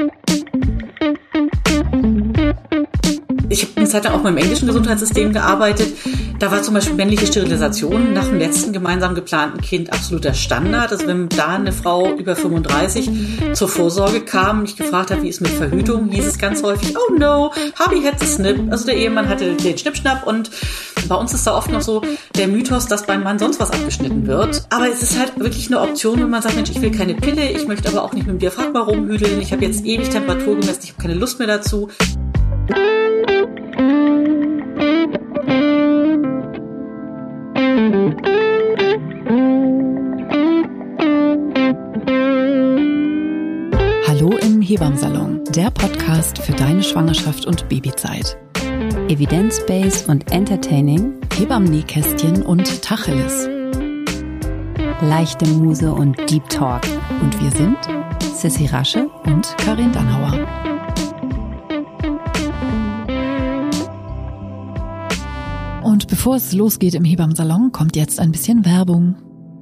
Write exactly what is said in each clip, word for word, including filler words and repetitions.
Ich habe eine Zeit lang auch mal im englischen Gesundheitssystem gearbeitet. Da war zum Beispiel männliche Sterilisation nach dem letzten gemeinsam geplanten Kind absoluter Standard. Also wenn da eine Frau über fünfunddreißig zur Vorsorge kam und ich gefragt habe, wie ist mit Verhütung, hieß es ganz häufig, oh no, hubby had the snip. Also der Ehemann hatte den Schnippschnapp und bei uns ist da oft noch so der Mythos, dass beim Mann sonst was abgeschnitten wird. Aber es ist halt wirklich eine Option, wenn man sagt, Mensch, ich will keine Pille, ich möchte aber auch nicht mit dem Diaphragma rumhüdeln, ich habe jetzt ewig Temperatur gemessen, ich habe keine Lust mehr dazu. Hallo im Hebammsalon, der Podcast für deine Schwangerschaft und Babyzeit. Evidence-based und entertaining, Hebammen-Nähkästchen und Tacheles. leichte Muse und Deep Talk. Und wir sind Sissi Rasche und Karin Dannhauer. Und bevor es losgeht im Hebammsalon, kommt jetzt ein bisschen Werbung.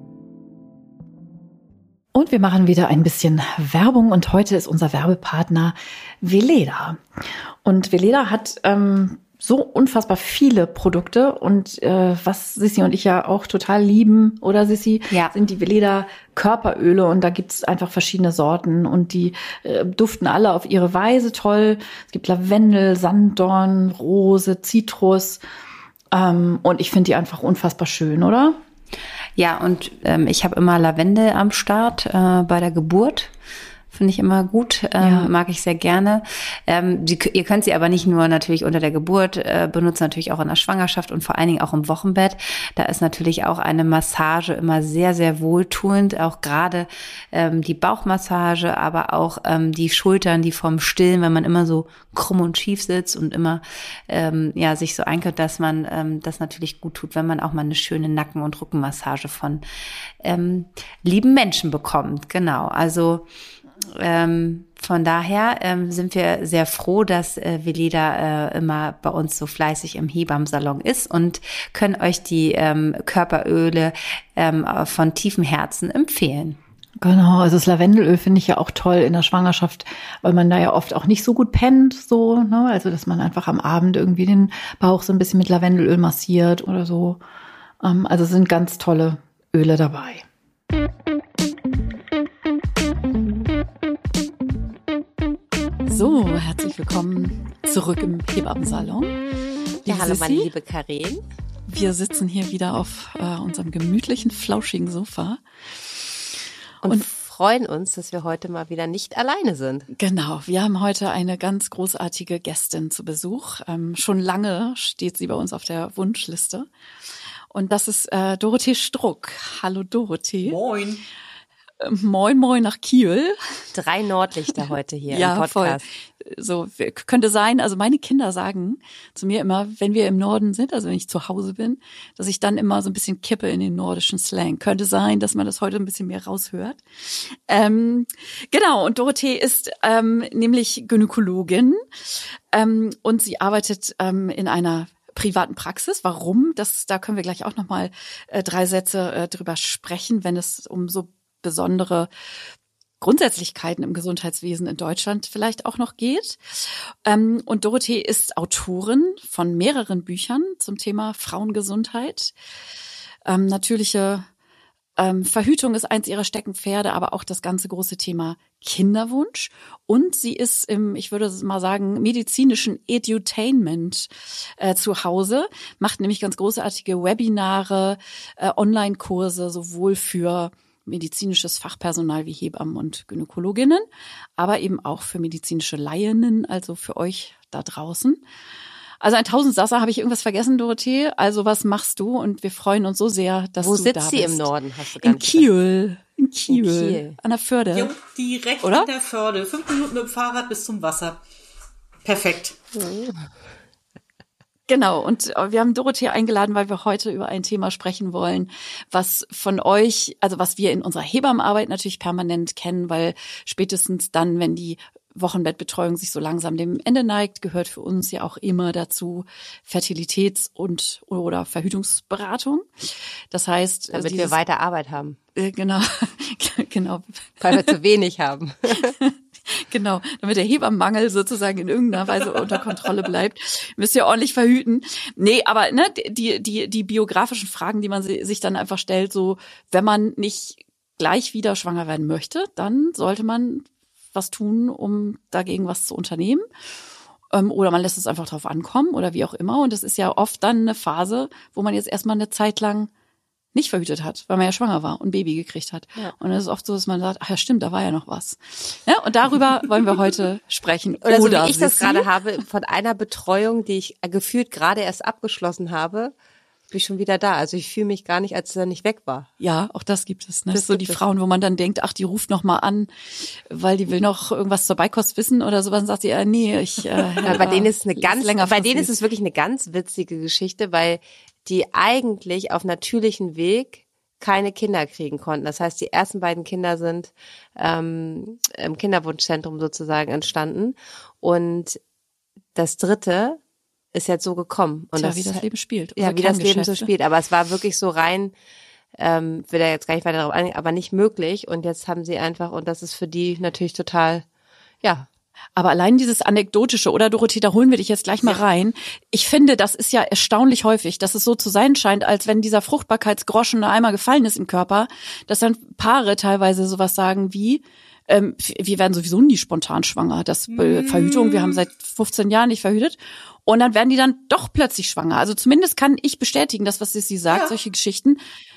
Und wir machen wieder ein bisschen Werbung und heute ist unser Werbepartner Weleda. Und Weleda hat ähm, so unfassbar viele Produkte und äh, was Sissi und ich ja auch total lieben, oder Sissi, ja. sind die Weleda Körperöle und da gibt's einfach verschiedene Sorten und die äh, duften alle auf ihre Weise toll. Es gibt Lavendel, Sanddorn, Rose, Zitrus ähm, und ich finde die einfach unfassbar schön, oder? Ja, und ähm, ich habe immer Lavendel am Start äh, bei der Geburt. Finde ich immer gut, ähm, ja. mag ich sehr gerne. Ähm, die, ihr könnt sie aber nicht nur natürlich unter der Geburt äh, benutzen, natürlich auch in der Schwangerschaft und vor allen Dingen auch im Wochenbett. Da ist natürlich auch eine Massage immer sehr, sehr wohltuend. Auch gerade ähm, die Bauchmassage, aber auch ähm, die Schultern, die vom Stillen, wenn man immer so krumm und schief sitzt und immer ähm, ja sich so einkert, dass man ähm, das natürlich gut tut, wenn man auch mal eine schöne Nacken- und Rückenmassage von ähm, lieben Menschen bekommt. Genau, also Ähm, von daher ähm, sind wir sehr froh, dass äh, Weleda äh, immer bei uns so fleißig im Hebammsalon ist und können euch die ähm, Körperöle ähm, von tiefem Herzen empfehlen. Genau, also das Lavendelöl finde ich ja auch toll in der Schwangerschaft, weil man da ja oft auch nicht so gut pennt, so, ne? Also dass man einfach am Abend irgendwie den Bauch so ein bisschen mit Lavendelöl massiert oder so. Ähm, also es sind ganz tolle Öle dabei. So, herzlich willkommen zurück im Hebammsalon. Ja, hallo meine liebe Karin. Wir sitzen hier wieder auf äh, unserem gemütlichen, flauschigen Sofa. Und, und freuen uns, dass wir heute mal wieder nicht alleine sind. Genau, wir haben heute eine ganz großartige Gästin zu Besuch. Ähm, schon lange steht sie bei uns auf der Wunschliste. Und das ist äh, Dorothee Struck. Hallo Dorothee. Moin. Moin, moin nach Kiel. Drei Nordlichter heute hier ja, im Podcast. Voll. So, könnte sein, also meine Kinder sagen zu mir immer, wenn wir im Norden sind, also wenn ich zu Hause bin, dass ich dann immer so ein bisschen kippe in den nordischen Slang. Könnte sein, dass man das heute ein bisschen mehr raushört. Ähm, genau, und Dorothee ist ähm, nämlich Gynäkologin ähm, und sie arbeitet ähm, in einer privaten Praxis. Warum? Das, da können wir gleich auch nochmal äh, drei Sätze äh, drüber sprechen, wenn es um so besondere Grundsätzlichkeiten im Gesundheitswesen in Deutschland vielleicht auch noch geht. Und Dorothee ist Autorin von mehreren Büchern zum Thema Frauengesundheit. Natürliche Verhütung ist eins ihrer Steckenpferde, aber auch das ganze große Thema Kinderwunsch. Und sie ist im, ich würde mal sagen, medizinischen Edutainment äh, zu Hause, macht nämlich ganz großartige Webinare, äh, Online-Kurse, sowohl für medizinisches Fachpersonal wie Hebammen und Gynäkologinnen, aber eben auch für medizinische Laieninnen, also für euch da draußen. Also ein Tausendsasser, habe ich irgendwas vergessen, Dorothee? Also was machst du? Und wir freuen uns so sehr, dass Wo du da bist. Wo sitzt sie im Norden? Hast du gar in Kiel. In Kiel. In Kiel. An der Förde. Jo, direkt Oder? an der Förde. Fünf Minuten mit dem Fahrrad bis zum Wasser. Perfekt. Oh. Genau, und wir haben Dorothee eingeladen, weil wir heute über ein Thema sprechen wollen, was von euch, also was wir in unserer Hebammenarbeit natürlich permanent kennen, weil spätestens dann, wenn die Wochenbettbetreuung sich so langsam dem Ende neigt, gehört für uns ja auch immer dazu Fertilitäts- und oder Verhütungsberatung. Das heißt, damit dieses, wir weiter Arbeit haben. Äh, genau, genau. Weil wir zu wenig haben. Genau, damit der Hebammenmangel sozusagen in irgendeiner Weise unter Kontrolle bleibt, müsst ihr ordentlich verhüten. Nee, aber ne, die die die biografischen Fragen, die man sich dann einfach stellt, so wenn man nicht gleich wieder schwanger werden möchte, dann sollte man was tun, um dagegen was zu unternehmen. Ähm, oder man lässt es einfach drauf ankommen oder wie auch immer. Und das ist ja oft dann eine Phase, wo man jetzt erstmal eine Zeit lang nicht verhütet hat, weil man ja schwanger war und ein Baby gekriegt hat. Ja. Und es ist oft so, dass man sagt, ach ja stimmt, da war ja noch was. Ja, und darüber wollen wir heute sprechen. Oder, oder so wie ich das gerade habe, von einer Betreuung, die ich gefühlt gerade erst abgeschlossen habe, bin ich schon wieder da. Also ich fühle mich gar nicht, als er nicht weg war. Ja, auch das gibt es. Ne? Das so die es. Frauen, wo man dann denkt, ach, die ruft noch mal an, weil die will noch irgendwas zur Beikost wissen oder sowas. Dann sagt sie, äh, nee, ich. Äh, ja, bei denen ist eine ganz, bei denen ist es wirklich eine ganz witzige Geschichte, weil die eigentlich auf natürlichen Weg keine Kinder kriegen konnten. Das heißt, die ersten beiden Kinder sind ähm, im Kinderwunschzentrum sozusagen entstanden und das dritte ist jetzt so gekommen. Und Tja, das, wie das Leben spielt. Ja, wie das Leben so spielt. Aber es war wirklich so rein, ähm, will da jetzt gar nicht weiter darauf eingehen, aber nicht möglich. Und jetzt haben sie einfach, und das ist für die natürlich total, ja. Aber allein dieses Anekdotische, oder Dorothee, da holen wir dich jetzt gleich mal rein. Ich finde, das ist ja erstaunlich häufig, dass es so zu sein scheint, als wenn dieser Fruchtbarkeitsgroschen einmal gefallen ist im Körper, dass dann Paare teilweise sowas sagen wie, ähm, wir werden sowieso nie spontan schwanger. Das äh, Verhütung, wir haben seit fünfzehn Jahren nicht verhütet. Und dann werden die dann doch plötzlich schwanger. Also zumindest kann ich bestätigen, das, was sie sagt, ja. Solche Geschichten,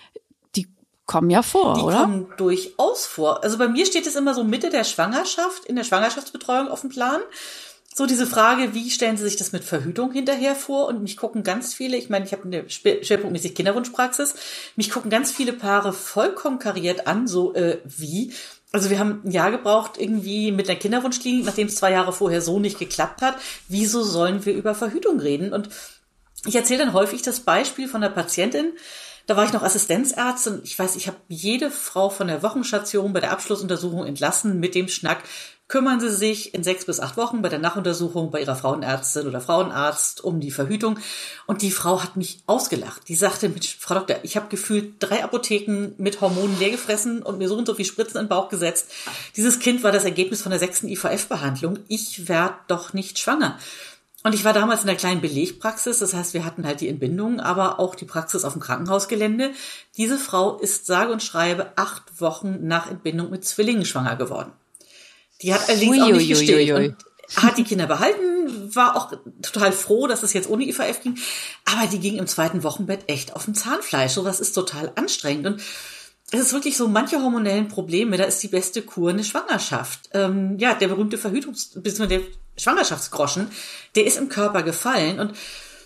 die kommen ja vor, die oder? Die kommen durchaus vor. Also bei mir steht es immer so Mitte der Schwangerschaft, in der Schwangerschaftsbetreuung auf dem Plan. So diese Frage, wie stellen Sie sich das mit Verhütung hinterher vor? Und mich gucken ganz viele, ich meine, ich habe eine schwerpunktmäßig Kinderwunschpraxis, mich gucken ganz viele Paare vollkommen kariert an, so äh, wie... Also wir haben ein Jahr gebraucht irgendwie mit einer Kinderwunschklinik, nachdem es zwei Jahre vorher so nicht geklappt hat. Wieso sollen wir über Verhütung reden? Und ich erzähle dann häufig das Beispiel von einer Patientin. Da war ich noch Assistenzärztin. Ich weiß, ich habe jede Frau von der Wochenstation bei der Abschlussuntersuchung entlassen mit dem Schnack. Kümmern Sie sich in sechs bis acht Wochen bei der Nachuntersuchung bei Ihrer Frauenärztin oder Frauenarzt um die Verhütung. Und die Frau hat mich ausgelacht. Die sagte, Frau Doktor, ich habe gefühlt drei Apotheken mit Hormonen leer gefressen und mir so und so viel Spritzen in den Bauch gesetzt. Dieses Kind war das Ergebnis von der sechsten I V F-Behandlung. Ich werde doch nicht schwanger. Und ich war damals in der kleinen Belegpraxis. Das heißt, wir hatten halt die Entbindung, aber auch die Praxis auf dem Krankenhausgelände. Diese Frau ist sage und schreibe acht Wochen nach Entbindung mit Zwillingen schwanger geworden. Die hat allerdings auch nicht gestillt und hat die Kinder behalten, war auch total froh, dass es jetzt ohne I V F ging. Aber die ging im zweiten Wochenbett echt auf dem Zahnfleisch. Sowas ist total anstrengend. Und es ist wirklich so, manche hormonellen Probleme, da ist die beste Kur eine Schwangerschaft. Ähm, ja, der berühmte Verhütungs-, bzw. der Schwangerschaftsgroschen, der ist im Körper gefallen. Und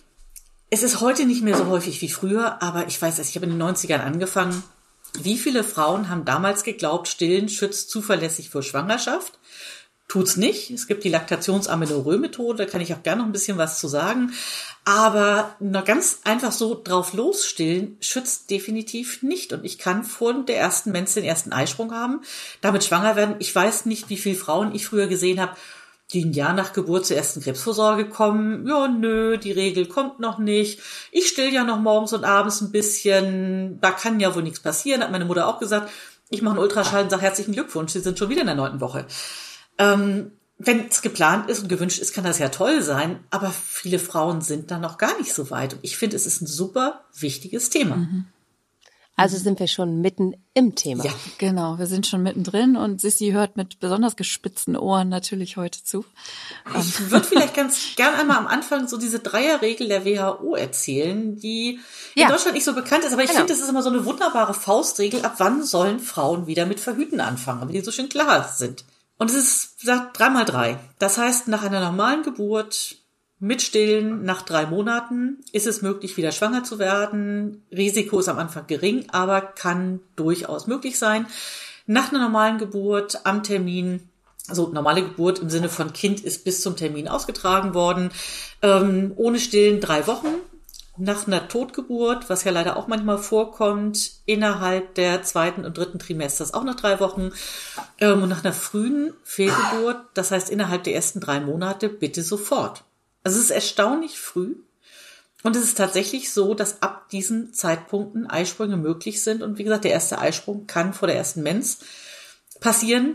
es ist heute nicht mehr so häufig wie früher, aber ich weiß, ich habe in den neunzigern angefangen. Wie viele Frauen haben damals geglaubt, Stillen schützt zuverlässig vor Schwangerschaft? Tut's nicht. Es gibt die Laktations-Amenorrhoe-Methode, da kann ich auch gerne noch ein bisschen was zu sagen. Aber noch ganz einfach so drauf losstillen schützt definitiv nicht. Und ich kann vor der ersten Menz den ersten Eisprung haben, damit schwanger werden. Ich weiß nicht, wie viele Frauen ich früher gesehen habe, die ein Jahr nach Geburt zur ersten Krebsvorsorge kommen. Ja, nö, die Regel kommt noch nicht. Ich still ja noch morgens und abends ein bisschen. Da kann ja wohl nichts passieren, hat meine Mutter auch gesagt. Ich mache einen Ultraschall und sage herzlichen Glückwunsch, Sie sind schon wieder in der neunten Woche. Ähm, wenn es geplant ist und gewünscht ist, kann das ja toll sein. Aber viele Frauen sind da noch gar nicht so weit. Und ich finde, es ist ein super wichtiges Thema. Mhm. Also sind wir schon mitten im Thema. Ja, genau. Wir sind schon mittendrin und Sissi hört mit besonders gespitzten Ohren natürlich heute zu. Ich würde vielleicht ganz gern einmal am Anfang so diese Dreierregel der W H O erzählen, die in ja. Deutschland nicht so bekannt ist. Aber ich genau. finde, das ist immer so eine wunderbare Faustregel. Ab wann sollen Frauen wieder mit Verhüten anfangen, weil die so schön klar sind. Und es ist, sagt, drei mal drei. Das heißt, nach einer normalen Geburt mit Stillen nach drei Monaten ist es möglich, wieder schwanger zu werden. Risiko ist am Anfang gering, aber kann durchaus möglich sein. Nach einer normalen Geburt am Termin, also normale Geburt im Sinne von Kind ist bis zum Termin ausgetragen worden, ähm, ohne Stillen drei Wochen. Nach einer Totgeburt, was ja leider auch manchmal vorkommt, innerhalb der zweiten und dritten Trimesters auch nach drei Wochen. Ähm, und nach einer frühen Fehlgeburt, das heißt innerhalb der ersten drei Monate, bitte sofort. Also es ist erstaunlich früh. Und es ist tatsächlich so, dass ab diesen Zeitpunkten Eisprünge möglich sind. Und wie gesagt, der erste Eisprung kann vor der ersten Mens passieren.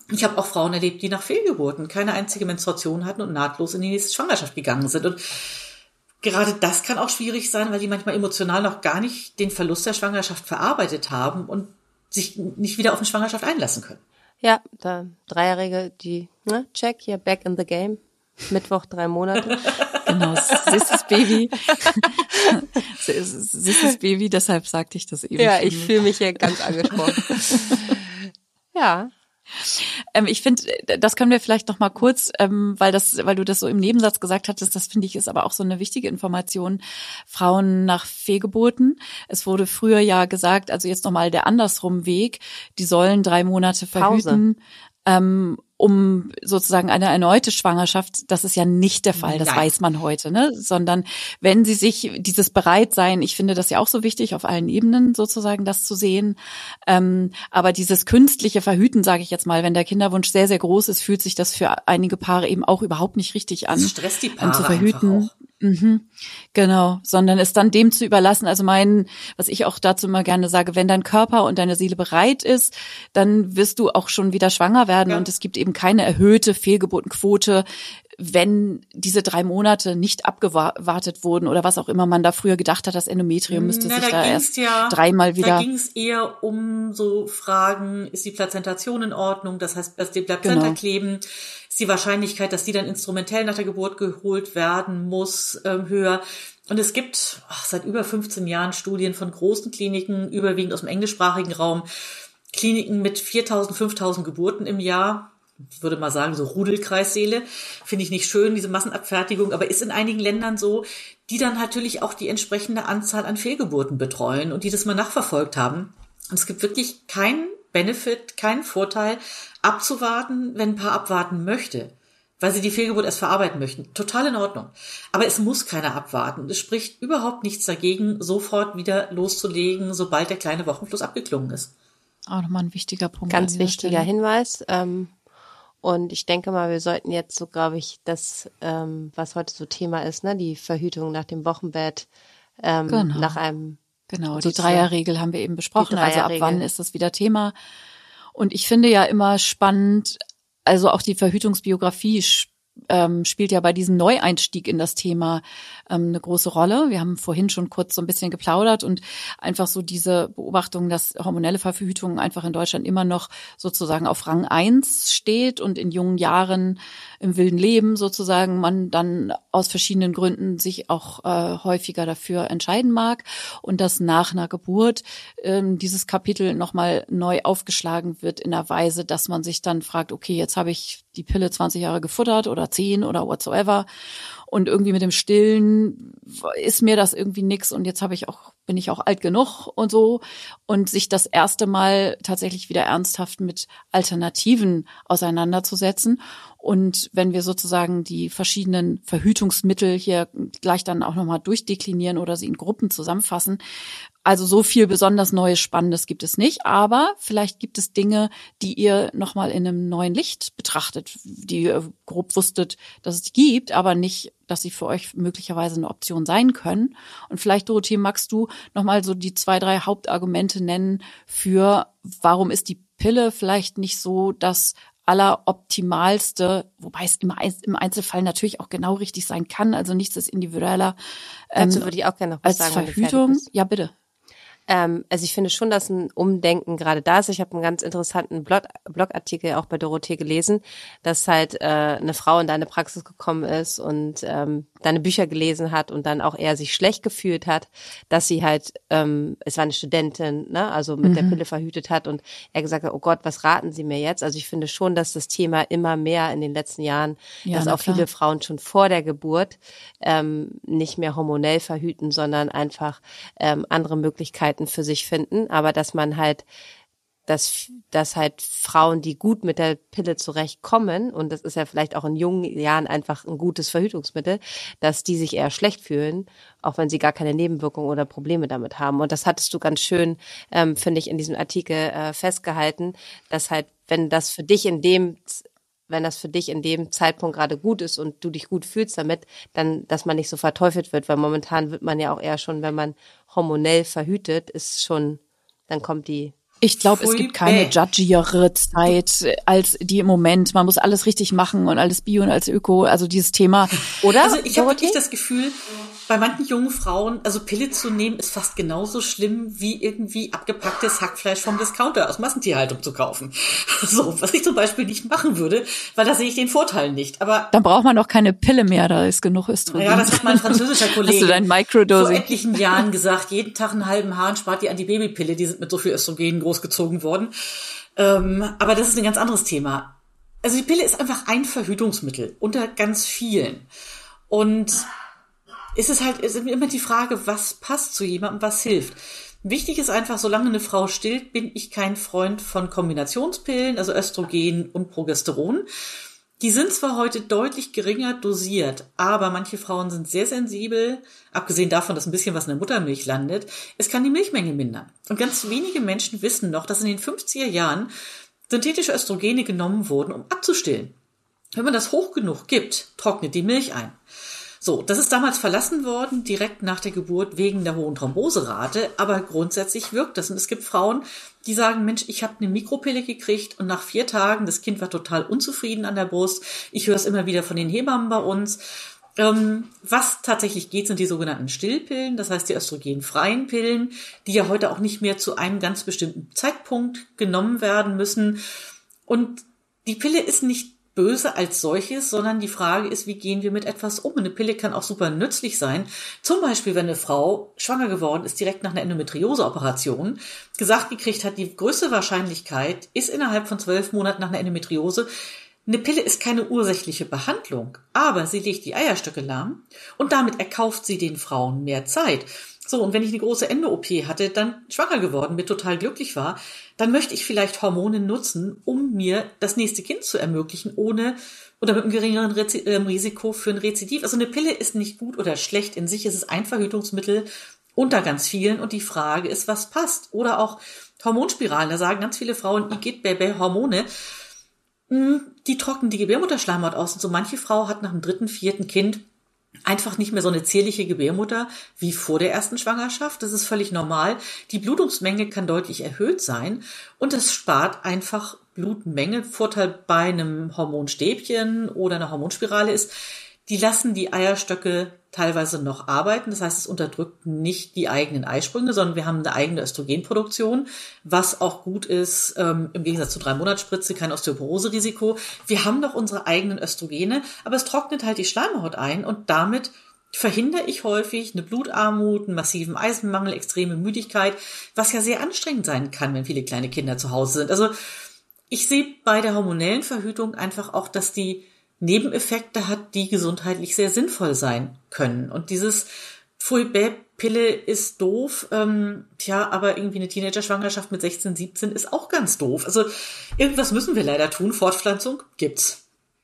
Ich habe auch Frauen erlebt, die nach Fehlgeburten keine einzige Menstruation hatten und nahtlos in die nächste Schwangerschaft gegangen sind. Und gerade das kann auch schwierig sein, weil die manchmal emotional noch gar nicht den Verlust der Schwangerschaft verarbeitet haben und sich nicht wieder auf eine Schwangerschaft einlassen können. Ja, da Dreierregel, die, ne, check, hier, back in the game. Mittwoch, drei Monate. Genau, süßes Baby. Süßes Baby, deshalb sagte ich das eben. Ja, ich fühle mich hier ganz angesprochen. Ja. Ähm, ich finde, das können wir vielleicht noch mal kurz, ähm, weil das, weil du das so im Nebensatz gesagt hattest, das finde ich ist aber auch so eine wichtige Information. Frauen nach Fehlgeburten. Es wurde früher ja gesagt, also jetzt nochmal der andersrum Weg, die sollen drei Monate verhüten. Ähm, um sozusagen eine erneute Schwangerschaft, das ist ja nicht der Fall, das Nein. weiß man heute, ne? Sondern wenn sie sich dieses Bereitsein, ich finde das ja auch so wichtig, auf allen Ebenen sozusagen das zu sehen, ähm, aber dieses künstliche Verhüten, sage ich jetzt mal, wenn der Kinderwunsch sehr, sehr groß ist, fühlt sich das für einige Paare eben auch überhaupt nicht richtig an. Das stresst die Paare ähm, zu verhüten. Einfach auch. Mhm, genau, sondern es dann dem zu überlassen, also mein, was ich auch dazu immer gerne sage, wenn dein Körper und deine Seele bereit ist, dann wirst du auch schon wieder schwanger werden ja. und es gibt eben keine erhöhte Fehlgeburtenquote, wenn diese drei Monate nicht abgewartet wurden oder was auch immer man da früher gedacht hat, das Endometrium müsste Na, sich da da erst ja, dreimal wieder... Da ging es eher um so Fragen, ist die Plazentation in Ordnung, das heißt, dass die Plazenta genau. kleben, ist die Wahrscheinlichkeit, dass die dann instrumentell nach der Geburt geholt werden muss, ähm, höher. Und es gibt ach, seit über fünfzehn Jahren Studien von großen Kliniken, überwiegend aus dem englischsprachigen Raum, Kliniken mit viertausend, fünftausend Geburten im Jahr. Ich würde mal sagen, so Rudelkreissäle, finde ich nicht schön, diese Massenabfertigung, aber ist in einigen Ländern so, die dann natürlich auch die entsprechende Anzahl an Fehlgeburten betreuen und die das mal nachverfolgt haben. Und es gibt wirklich keinen Benefit, keinen Vorteil, abzuwarten, wenn ein Paar abwarten möchte, weil sie die Fehlgeburt erst verarbeiten möchten. Total in Ordnung. Aber es muss keiner abwarten. Es spricht überhaupt nichts dagegen, sofort wieder loszulegen, sobald der kleine Wochenfluss abgeklungen ist. Auch nochmal ein wichtiger Punkt. Ganz wichtiger Stelle. Hinweis. Ähm Und ich denke mal, wir sollten jetzt so, glaube ich, das, ähm, was heute so Thema ist, ne, die Verhütung nach dem Wochenbett, ähm, genau. nach einem. Genau, die Dreierregel haben wir eben besprochen. Also ab wann ist das wieder Thema? Und ich finde ja immer spannend, also auch die Verhütungsbiografie ähm, spielt ja bei diesem Neueinstieg in das Thema ähm, eine große Rolle. Wir haben vorhin schon kurz so ein bisschen geplaudert und einfach so diese Beobachtung, dass hormonelle Verhütung einfach in Deutschland immer noch sozusagen auf Rang eins steht und in jungen Jahren im wilden Leben sozusagen man dann aus verschiedenen Gründen sich auch äh, häufiger dafür entscheiden mag und dass nach einer Geburt ähm, dieses Kapitel nochmal neu aufgeschlagen wird in der Weise, dass man sich dann fragt, okay, jetzt habe ich die Pille zwanzig Jahre gefuttert oder zehn oder whatsoever und irgendwie mit dem Stillen ist mir das irgendwie nix und jetzt habe ich auch bin ich auch alt genug und so und sich das erste Mal tatsächlich wieder ernsthaft mit Alternativen auseinanderzusetzen. Und wenn wir sozusagen die verschiedenen Verhütungsmittel hier gleich dann auch nochmal durchdeklinieren oder sie in Gruppen zusammenfassen, also so viel besonders Neues, Spannendes gibt es nicht, aber vielleicht gibt es Dinge, die ihr nochmal in einem neuen Licht betrachtet, die ihr grob wusstet, dass es die gibt, aber nicht, dass sie für euch möglicherweise eine Option sein können. Und vielleicht, Dorothee, magst du nochmal so die zwei, drei Hauptargumente nennen für, warum ist die Pille vielleicht nicht so das alleroptimalste, wobei es im, im Einzelfall natürlich auch genau richtig sein kann, also nichts ist individueller. Ähm, Dazu würde ich auch gerne noch was als sagen. Verhütung. Ja, bitte. Ähm, also ich finde schon, dass ein Umdenken gerade da ist. Ich habe einen ganz interessanten Blog, Blogartikel auch bei Dorothee gelesen, dass halt äh, eine Frau in deine Praxis gekommen ist und ähm, deine Bücher gelesen hat und dann auch eher sich schlecht gefühlt hat, dass sie halt, ähm, es war eine Studentin, ne, also mit mhm. der Pille verhütet hat und er gesagt hat, oh Gott, was raten Sie mir jetzt? Also ich finde schon, dass das Thema immer mehr in den letzten Jahren, ja, dass auch klar. viele Frauen schon vor der Geburt ähm, nicht mehr hormonell verhüten, sondern einfach ähm, andere Möglichkeiten für sich finden, aber dass man halt, dass, dass halt Frauen, die gut mit der Pille zurechtkommen, und das ist ja vielleicht auch in jungen Jahren einfach ein gutes Verhütungsmittel, dass die sich eher schlecht fühlen, auch wenn sie gar keine Nebenwirkungen oder Probleme damit haben. Und das hattest du ganz schön, ähm, finde ich, in diesem Artikel äh, festgehalten, dass halt, wenn das für dich in dem wenn das für dich in dem Zeitpunkt gerade gut ist und du dich gut fühlst damit, dann, dass man nicht so verteufelt wird, weil momentan wird man ja auch eher schon, wenn man hormonell verhütet, ist schon, dann kommt die Ich glaube, es gibt keine judgiere Zeit als die im Moment. Man muss alles richtig machen und alles Bio und alles Öko. Also dieses Thema, oder? Also ich habe wirklich das Gefühl, bei manchen jungen Frauen, also Pille zu nehmen, ist fast genauso schlimm, wie irgendwie abgepacktes Hackfleisch vom Discounter aus Massentierhaltung zu kaufen. So, was ich zum Beispiel nicht machen würde, weil da sehe ich den Vorteil nicht. Aber dann braucht man auch keine Pille mehr, da ist genug Östrogen. Ja, das hat mein französischer Kollege Hast du dein Microdosing? vor etlichen Jahren gesagt, jeden Tag einen halben Hahn spart die Antibabypille, die sind mit so viel Östrogen großgezogen worden. Ähm, aber das ist ein ganz anderes Thema. Also die Pille ist einfach ein Verhütungsmittel unter ganz vielen. Und es ist halt, es ist immer die Frage, was passt zu jemandem, was hilft. Wichtig ist einfach, solange eine Frau stillt, bin ich kein Freund von Kombinationspillen, also Östrogen und Progesteron. Die sind zwar heute deutlich geringer dosiert, aber manche Frauen sind sehr sensibel, abgesehen davon, dass ein bisschen was in der Muttermilch landet. Es kann die Milchmenge mindern. Und ganz wenige Menschen wissen noch, dass in den fünfziger Jahren synthetische Östrogene genommen wurden, um abzustillen. Wenn man das hoch genug gibt, trocknet die Milch ein. So, das ist damals verlassen worden, direkt nach der Geburt wegen der hohen Thromboserate, aber grundsätzlich wirkt das. Und es gibt Frauen, die sagen, Mensch, ich habe eine Mikropille gekriegt und nach vier Tagen, das Kind war total unzufrieden an der Brust. Ich höre es immer wieder von den Hebammen bei uns. Ähm, was tatsächlich geht, sind die sogenannten Stillpillen, das heißt die östrogenfreien Pillen, die ja heute auch nicht mehr zu einem ganz bestimmten Zeitpunkt genommen werden müssen. Und die Pille ist nicht böse als solches, sondern die Frage ist, wie gehen wir mit etwas um? Eine Pille kann auch super nützlich sein. Zum Beispiel, wenn eine Frau schwanger geworden ist, direkt nach einer Endometriose-Operation, gesagt gekriegt hat, die größte Wahrscheinlichkeit ist innerhalb von zwölf Monaten nach einer Endometriose. Eine Pille ist keine ursächliche Behandlung, aber sie legt die Eierstöcke lahm und damit erkauft sie den Frauen mehr Zeit. So, und wenn ich eine große Endo-O P hatte, dann schwanger geworden, mir total glücklich war, dann möchte ich vielleicht Hormone nutzen, um mir das nächste Kind zu ermöglichen, ohne oder mit einem geringeren Rezi- äh, Risiko für ein Rezidiv. Also eine Pille ist nicht gut oder schlecht in sich, es ist ein Verhütungsmittel unter ganz vielen und die Frage ist, was passt. Oder auch Hormonspiralen, da sagen ganz viele Frauen, ich geht Baby Hormone, die trocknen die Gebärmutterschleimhaut aus und so manche Frau hat nach dem dritten, vierten Kind einfach nicht mehr so eine zierliche Gebärmutter wie vor der ersten Schwangerschaft. Das ist völlig normal. Die Blutungsmenge kann deutlich erhöht sein und es spart einfach Blutmenge. Vorteil bei einem Hormonstäbchen oder einer Hormonspirale ist, die lassen die Eierstöcke teilweise noch arbeiten. Das heißt, es unterdrückt nicht die eigenen Eisprünge, sondern wir haben eine eigene Östrogenproduktion, was auch gut ist, ähm, im Gegensatz zur Drei-Monats-Spritze, kein Osteoporose-Risiko. Wir haben noch unsere eigenen Östrogene, aber es trocknet halt die Schleimhaut ein und damit verhindere ich häufig eine Blutarmut, einen massiven Eisenmangel, extreme Müdigkeit, was ja sehr anstrengend sein kann, wenn viele kleine Kinder zu Hause sind. Also ich sehe bei der hormonellen Verhütung einfach auch, dass die Nebeneffekte hat, die gesundheitlich sehr sinnvoll sein können. Und dieses Pille ist doof, ähm, tja, aber irgendwie eine Teenager-Schwangerschaft mit sechzehn, siebzehn ist auch ganz doof. Also irgendwas müssen wir leider tun. Fortpflanzung gibt's.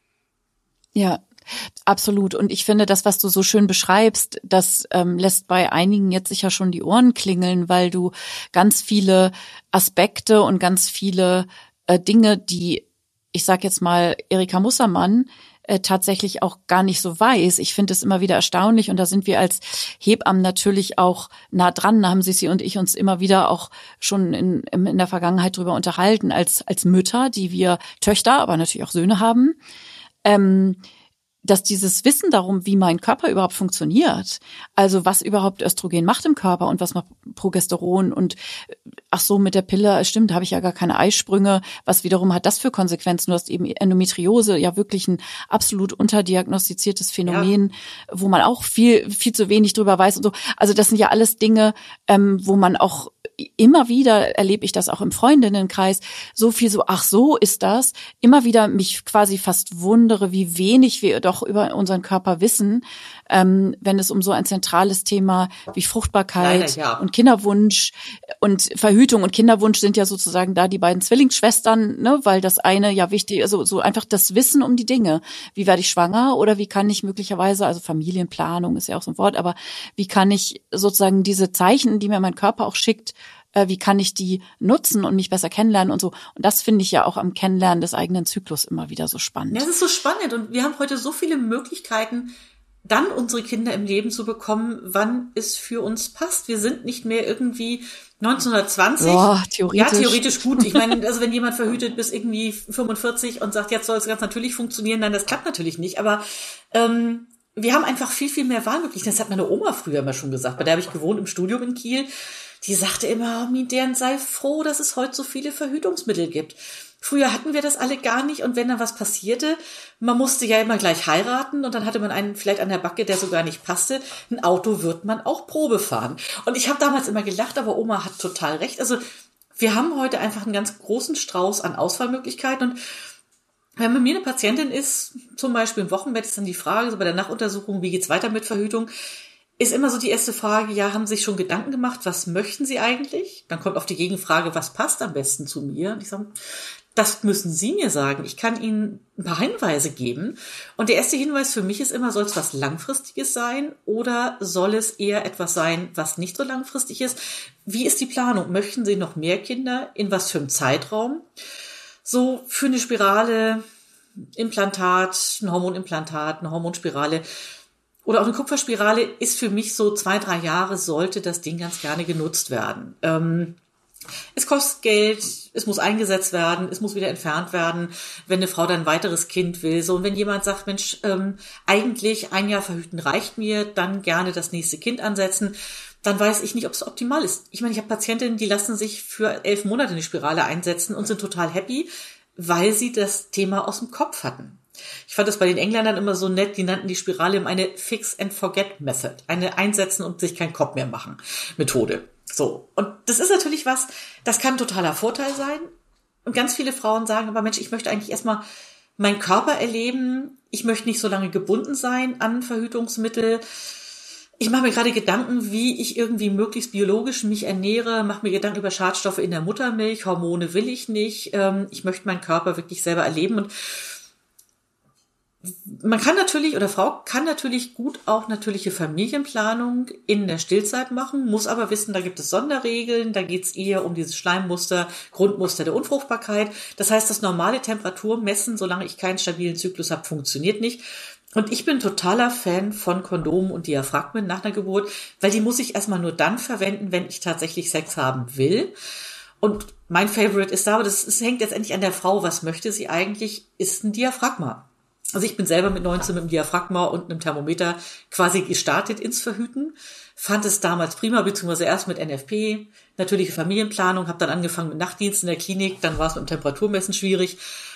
Ja, absolut. Und ich finde, das, was du so schön beschreibst, das ähm, lässt bei einigen jetzt sicher schon die Ohren klingeln, weil du ganz viele Aspekte und ganz viele äh, Dinge, die ich sag jetzt mal, Erika Mussermann äh, tatsächlich auch gar nicht so weiß. Ich finde es immer wieder erstaunlich und da sind wir als Hebammen natürlich auch nah dran. Da haben Sissi und ich uns immer wieder auch schon in, in der Vergangenheit drüber unterhalten, als als Mütter, die wir Töchter, aber natürlich auch Söhne haben. Ähm, dass dieses Wissen darum, wie mein Körper überhaupt funktioniert, also was überhaupt Östrogen macht im Körper und was macht Progesteron und ach so, mit der Pille, stimmt, habe ich ja gar keine Eisprünge, was wiederum hat das für Konsequenzen? Du hast eben Endometriose, ja wirklich ein absolut unterdiagnostiziertes Phänomen, ja, wo man auch viel viel zu wenig drüber weiß und so. Also das sind ja alles Dinge, ähm, wo man auch immer wieder, erlebe ich das auch im Freundinnenkreis, so viel so, ach so ist das, immer wieder mich quasi fast wundere, wie wenig wir doch über unseren Körper wissen, ähm, wenn es um so ein zentrales Thema wie Fruchtbarkeit Leider, ja. und Kinderwunsch und Verhütung und Kinderwunsch sind ja sozusagen da die beiden Zwillingsschwestern, ne, weil das eine ja wichtig, also so einfach das Wissen um die Dinge. Wie werde ich schwanger oder wie kann ich möglicherweise, also Familienplanung ist ja auch so ein Wort, aber wie kann ich sozusagen diese Zeichen, die mir mein Körper auch schickt, wie kann ich die nutzen und mich besser kennenlernen und so. Und das finde ich ja auch am Kennenlernen des eigenen Zyklus immer wieder so spannend. Ja, das ist so spannend und wir haben heute so viele Möglichkeiten, dann unsere Kinder im Leben zu bekommen, wann es für uns passt. Wir sind nicht mehr irgendwie neunzehnhundertzwanzig. Boah, theoretisch. Ja, theoretisch gut. Ich meine, also wenn jemand verhütet bis irgendwie fünfundvierzig und sagt, jetzt soll es ganz natürlich funktionieren, nein, das klappt natürlich nicht. Aber ähm, wir haben einfach viel, viel mehr Wahlmöglichkeiten. Das hat meine Oma früher immer schon gesagt. Bei der habe ich gewohnt im Studium in Kiel. Die sagte immer, oh, deren sei froh, dass es heute so viele Verhütungsmittel gibt. Früher hatten wir das alle gar nicht und wenn dann was passierte, man musste ja immer gleich heiraten und dann hatte man einen vielleicht an der Backe, der so gar nicht passte. Ein Auto wird man auch Probe fahren. Und ich habe damals immer gelacht, aber Oma hat total recht. Also wir haben heute einfach einen ganz großen Strauß an Auswahlmöglichkeiten und wenn bei mir eine Patientin ist, zum Beispiel im Wochenbett, ist dann die Frage, so bei der Nachuntersuchung, wie geht's weiter mit Verhütung, ist immer so die erste Frage, ja, haben Sie sich schon Gedanken gemacht, was möchten Sie eigentlich? Dann kommt auf die Gegenfrage, was passt am besten zu mir? Und ich sage, das müssen Sie mir sagen. Ich kann Ihnen ein paar Hinweise geben. Und der erste Hinweis für mich ist immer, soll es was Langfristiges sein oder soll es eher etwas sein, was nicht so langfristig ist? Wie ist die Planung? Möchten Sie noch mehr Kinder? In was für einem Zeitraum? So für eine Spirale, Implantat, ein Hormonimplantat, eine Hormonspirale oder auch eine Kupferspirale ist für mich so zwei, drei Jahre sollte das Ding ganz gerne genutzt werden. Ähm, es kostet Geld, es muss eingesetzt werden, es muss wieder entfernt werden, wenn eine Frau dann ein weiteres Kind will. So, und wenn jemand sagt, Mensch, ähm, eigentlich ein Jahr verhüten reicht mir, dann gerne das nächste Kind ansetzen, dann weiß ich nicht, ob es optimal ist. Ich meine, ich habe Patientinnen, die lassen sich für elf Monate eine Spirale einsetzen und sind total happy, weil sie das Thema aus dem Kopf hatten. Ich fand das bei den Engländern immer so nett, die nannten die Spirale immer eine Fix-and-Forget-Method, eine Einsetzen und sich keinen Kopf mehr machen Methode. So, und das ist natürlich was, das kann ein totaler Vorteil sein. Und ganz viele Frauen sagen, aber Mensch, ich möchte eigentlich erstmal meinen Körper erleben, ich möchte nicht so lange gebunden sein an Verhütungsmittel. Ich mache mir gerade Gedanken, wie ich irgendwie möglichst biologisch mich ernähre, mache mir Gedanken über Schadstoffe in der Muttermilch, Hormone will ich nicht, ich möchte meinen Körper wirklich selber erleben und man kann natürlich, oder Frau kann natürlich gut auch natürliche Familienplanung in der Stillzeit machen, muss aber wissen, da gibt es Sonderregeln, da geht es eher um dieses Schleimmuster, Grundmuster der Unfruchtbarkeit. Das heißt, das normale Temperaturmessen, solange ich keinen stabilen Zyklus habe, funktioniert nicht. Und ich bin totaler Fan von Kondomen und Diaphragmen nach einer Geburt, weil die muss ich erstmal nur dann verwenden, wenn ich tatsächlich Sex haben will. Und mein Favorite ist da, aber das, das hängt letztendlich an der Frau, was möchte sie eigentlich, ist ein Diaphragma. Also ich bin selber mit neunzehn mit einem Diaphragma und einem Thermometer quasi gestartet ins Verhüten, fand es damals prima, beziehungsweise erst mit N F P, natürliche Familienplanung, habe dann angefangen mit Nachtdienst in der Klinik, dann war es mit dem Temperaturmessen schwierig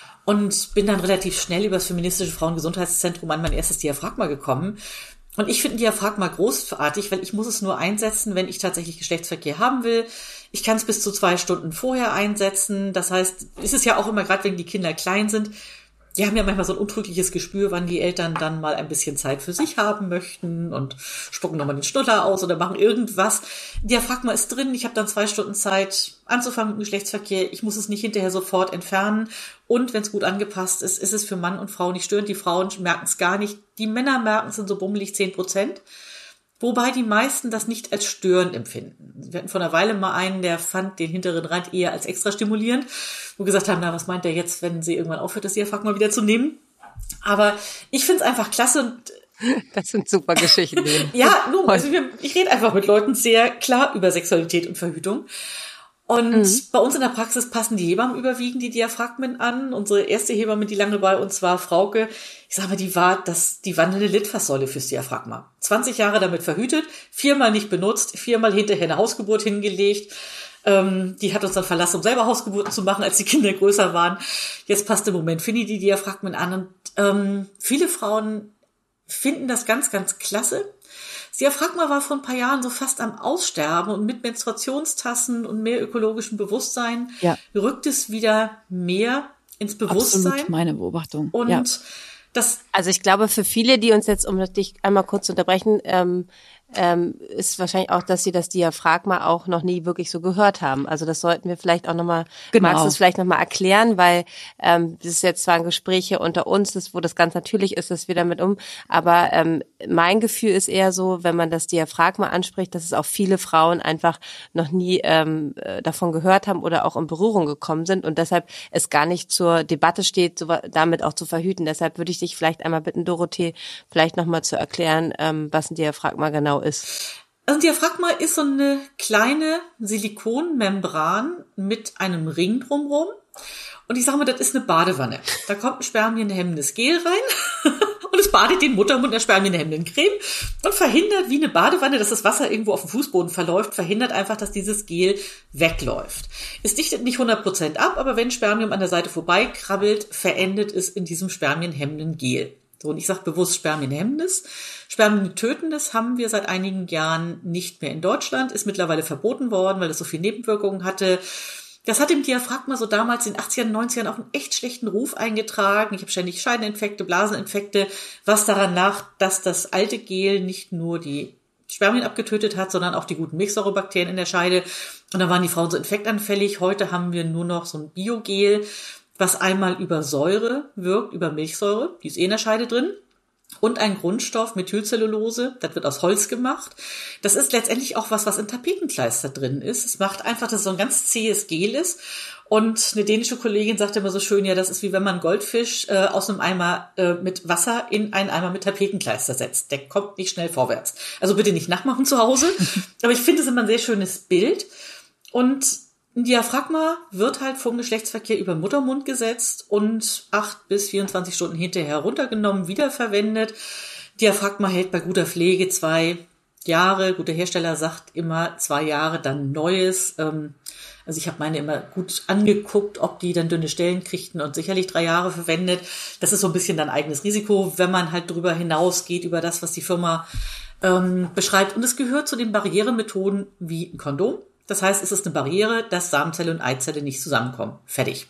und bin dann relativ schnell über das feministische Frauengesundheitszentrum an mein erstes Diaphragma gekommen. Und ich finde ein Diaphragma großartig, weil ich muss es nur einsetzen, wenn ich tatsächlich Geschlechtsverkehr haben will. Ich kann es bis zu zwei Stunden vorher einsetzen. Das heißt, ist es ja auch immer, gerade wenn die Kinder klein sind, die haben ja manchmal so ein untrügliches Gespür, wann die Eltern dann mal ein bisschen Zeit für sich haben möchten und spucken nochmal den Schnuller aus oder machen irgendwas. Diaphragma ist drin, ich habe dann zwei Stunden Zeit anzufangen mit dem Geschlechtsverkehr. Ich muss es nicht hinterher sofort entfernen. Und wenn es gut angepasst ist, ist es für Mann und Frau nicht störend. Die Frauen merken es gar nicht. Die Männer merken es in so bummelig zehn Prozent. Wobei die meisten das nicht als störend empfinden. Wir hatten vor einer Weile mal einen, der fand den hinteren Rand eher als extra stimulierend, wo wir gesagt haben, na, was meint der jetzt, wenn sie irgendwann aufhört, das Diaphragma wieder zu nehmen? Aber ich finde es einfach klasse. Und das sind super Geschichten. ja, nun, also wir, ich rede einfach mit Leuten sehr klar über Sexualität und Verhütung. Und mhm. bei uns in der Praxis passen die Hebammen überwiegend die Diaphragmen an. Unsere erste Hebamme, die lange bei uns war, Frauke, ich sag mal, die war das, die wandelnde Litfaßsäule fürs Diaphragma. zwanzig Jahre damit verhütet, viermal nicht benutzt, viermal hinterher eine Hausgeburt hingelegt. Ähm, die hat uns dann verlassen, um selber Hausgeburten zu machen, als die Kinder größer waren. Jetzt passt im Moment Finny die Diaphragmen an. Und ähm, viele Frauen finden das ganz, ganz klasse. Das Diaphragma war vor ein paar Jahren so fast am Aussterben und mit Menstruationstassen und mehr ökologischem Bewusstsein ja. rückt es wieder mehr ins Bewusstsein. Absolut meine Beobachtung. Und ja. das, also ich glaube, für viele, die uns jetzt, um dich einmal kurz zu unterbrechen, ähm, ähm, ist wahrscheinlich auch, dass sie das Diaphragma auch noch nie wirklich so gehört haben. Also das sollten wir vielleicht auch nochmal, genau. magst du es vielleicht nochmal erklären, weil ähm, das ist jetzt zwar ein Gespräch hier unter uns, das, wo das ganz natürlich ist, dass wir damit um, aber ähm, mein Gefühl ist eher so, wenn man das Diaphragma anspricht, dass es auch viele Frauen einfach noch nie ähm, davon gehört haben oder auch in Berührung gekommen sind und deshalb es gar nicht zur Debatte steht, so, damit auch zu verhüten. Deshalb würde ich dich vielleicht einmal bitten, Dorothee, vielleicht nochmal zu erklären, ähm, was ein Diaphragma genau ist. Also ein Diaphragma ist so eine kleine Silikonmembran mit einem Ring drumherum. Und ich sage mal, das ist eine Badewanne. Da kommt ein spermienhemmendes Gel rein und es badet den Muttermund der spermienhemmenden Creme und verhindert wie eine Badewanne, dass das Wasser irgendwo auf dem Fußboden verläuft, verhindert einfach, dass dieses Gel wegläuft. Es dichtet nicht hundert Prozent ab, aber wenn Spermium an der Seite vorbeikrabbelt, verendet es in diesem spermienhemmenden Gel. So, und ich sage bewusst spermienhemmendes. Spermientötendes haben wir seit einigen Jahren nicht mehr in Deutschland, ist mittlerweile verboten worden, weil es so viele Nebenwirkungen hatte. Das hat dem Diaphragma so damals in den achtzigern, neunzigern auch einen echt schlechten Ruf eingetragen. Ich habe ständig Scheideninfekte, Blaseninfekte, was daran lag, dass das alte Gel nicht nur die Spermien abgetötet hat, sondern auch die guten Milchsäurebakterien in der Scheide. Und dann waren die Frauen so infektanfällig. Heute haben wir nur noch so ein Biogel, was einmal über Säure wirkt, über Milchsäure, die ist eh in der Scheide drin, und ein Grundstoff, Methylcellulose, das wird aus Holz gemacht. Das ist letztendlich auch was, was in Tapetenkleister drin ist. Es macht einfach, dass es so ein ganz zähes Gel ist. Und eine dänische Kollegin sagte immer so schön, ja, das ist wie wenn man Goldfisch äh, aus einem Eimer äh, mit Wasser in einen Eimer mit Tapetenkleister setzt. Der kommt nicht schnell vorwärts. Also bitte nicht nachmachen zu Hause. Aber ich finde es immer ein sehr schönes Bild. Und ein Diaphragma wird halt vom Geschlechtsverkehr über den Muttermund gesetzt und acht bis vierundzwanzig Stunden hinterher runtergenommen, wiederverwendet. Diaphragma hält bei guter Pflege zwei Jahre. Gut, der Hersteller sagt immer zwei Jahre, dann Neues. Also ich habe meine immer gut angeguckt, ob die dann dünne Stellen kriegten und sicherlich drei Jahre verwendet. Das ist so ein bisschen dann eigenes Risiko, wenn man halt drüber hinausgeht, über das, was die Firma ähm, beschreibt. Und es gehört zu den Barrieremethoden wie ein Kondom. Das heißt, es ist eine Barriere, dass Samenzelle und Eizelle nicht zusammenkommen. Fertig.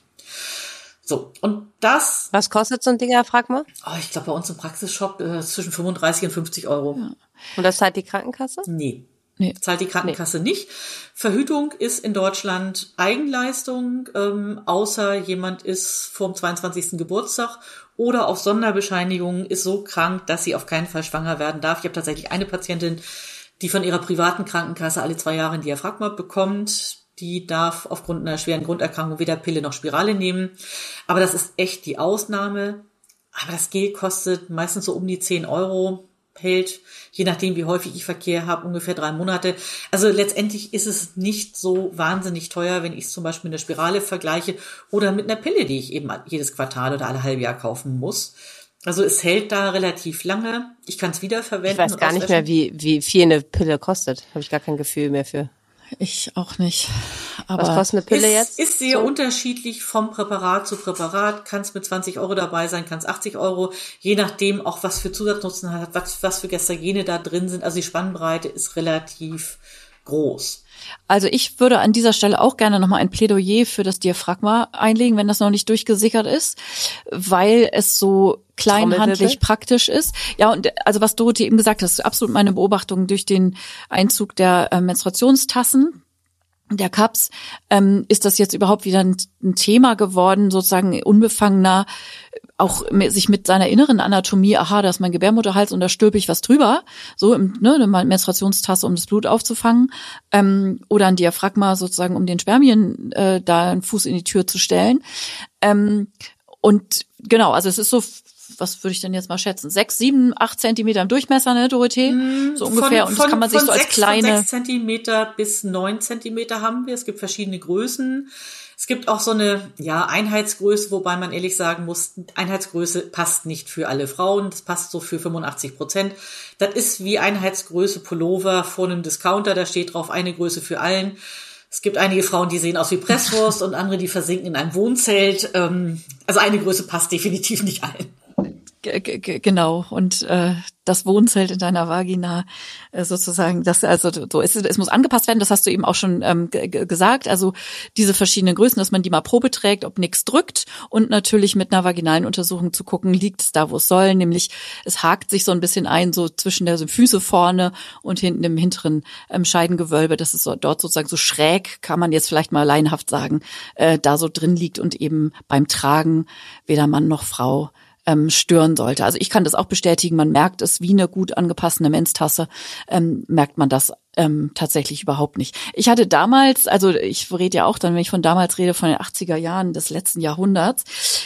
So, und das... Was kostet so ein Ding, frag mal? Oh, ich glaube, bei uns im Praxisshop äh, zwischen fünfunddreißig und fünfzig Euro. Ja. Und das zahlt die Krankenkasse? Nee. Nee. Zahlt die Krankenkasse nee. nicht. Verhütung ist in Deutschland Eigenleistung, ähm, außer jemand ist vor dem zweiundzwanzigsten Geburtstag oder auf Sonderbescheinigung ist so krank, dass sie auf keinen Fall schwanger werden darf. Ich habe tatsächlich eine Patientin, die von ihrer privaten Krankenkasse alle zwei Jahre ein Diaphragma bekommt. Die darf aufgrund einer schweren Grunderkrankung weder Pille noch Spirale nehmen. Aber das ist echt die Ausnahme. Aber das Gel kostet meistens so um die zehn Euro, hält, je nachdem wie häufig ich Verkehr habe, ungefähr drei Monate. Also letztendlich ist es nicht so wahnsinnig teuer, wenn ich es zum Beispiel mit einer Spirale vergleiche oder mit einer Pille, die ich eben jedes Quartal oder alle halbe Jahr kaufen muss. Also es hält da relativ lange. Ich kann es wiederverwenden. Ich weiß gar nicht mehr, wie wie viel eine Pille kostet. Habe ich gar kein Gefühl mehr für. Ich auch nicht. Aber was kostet eine Pille ist, jetzt? Ist sehr so? unterschiedlich vom Präparat zu Präparat. Kann es mit zwanzig Euro dabei sein, kann es achtzig Euro. Je nachdem auch, was für Zusatznutzen hat, was, was für Gestagene da drin sind. Also die Spannbreite ist relativ groß. Also ich würde an dieser Stelle auch gerne nochmal ein Plädoyer für das Diaphragma einlegen, wenn das noch nicht durchgesickert ist, weil es so kleinhandlich praktisch ist. Ja, und also was Dorothee eben gesagt hat, ist absolut meine Beobachtung durch den Einzug der äh, Menstruationstassen, der Cups, ähm, ist das jetzt überhaupt wieder ein, ein Thema geworden, sozusagen unbefangener, auch sich mit seiner inneren Anatomie, aha, da ist mein Gebärmutterhals und da stülpe ich was drüber, so im, ne, eine Menstruationstasse, um das Blut aufzufangen, ähm, oder ein Diaphragma sozusagen, um den Spermien äh, da einen Fuß in die Tür zu stellen. Ähm, und genau, also es ist so, was würde ich denn jetzt mal schätzen? Sechs, sieben, acht Zentimeter im Durchmesser, ne, Dorothee? Mm, so ungefähr. Von, und das kann man sich so als sechs, kleine... Von sechs Zentimeter bis neun Zentimeter haben wir. Es gibt verschiedene Größen. Es gibt auch so eine, ja, Einheitsgröße, wobei man ehrlich sagen muss, Einheitsgröße passt nicht für alle Frauen. Das passt so für fünfundachtzig Prozent. Das ist wie Einheitsgröße Pullover vor einem Discounter. Da steht drauf eine Größe für allen. Es gibt einige Frauen, die sehen aus wie Presswurst und andere, die versinken in einem Wohnzelt. Also eine Größe passt definitiv nicht allen. Genau, und äh, das Wohnzelt in deiner Vagina äh, sozusagen, das also so ist es, es muss angepasst werden, das hast du eben auch schon ähm, g- gesagt, also diese verschiedenen Größen, dass man die mal Probe trägt, ob nichts drückt und natürlich mit einer vaginalen Untersuchung zu gucken, liegt es da, wo es soll, nämlich es hakt sich so ein bisschen ein, so zwischen der Füße vorne und hinten im hinteren ähm, Scheidengewölbe, das ist so, dort sozusagen so schräg, kann man jetzt vielleicht mal laienhaft sagen, äh, da so drin liegt und eben beim Tragen weder Mann noch Frau Ähm, stören sollte. Also ich kann das auch bestätigen, man merkt es wie eine gut angepasste Menstasse, ähm, merkt man das ähm, tatsächlich überhaupt nicht. Ich hatte damals, also ich rede ja auch dann, wenn ich von damals rede, von den achtziger Jahren des letzten Jahrhunderts.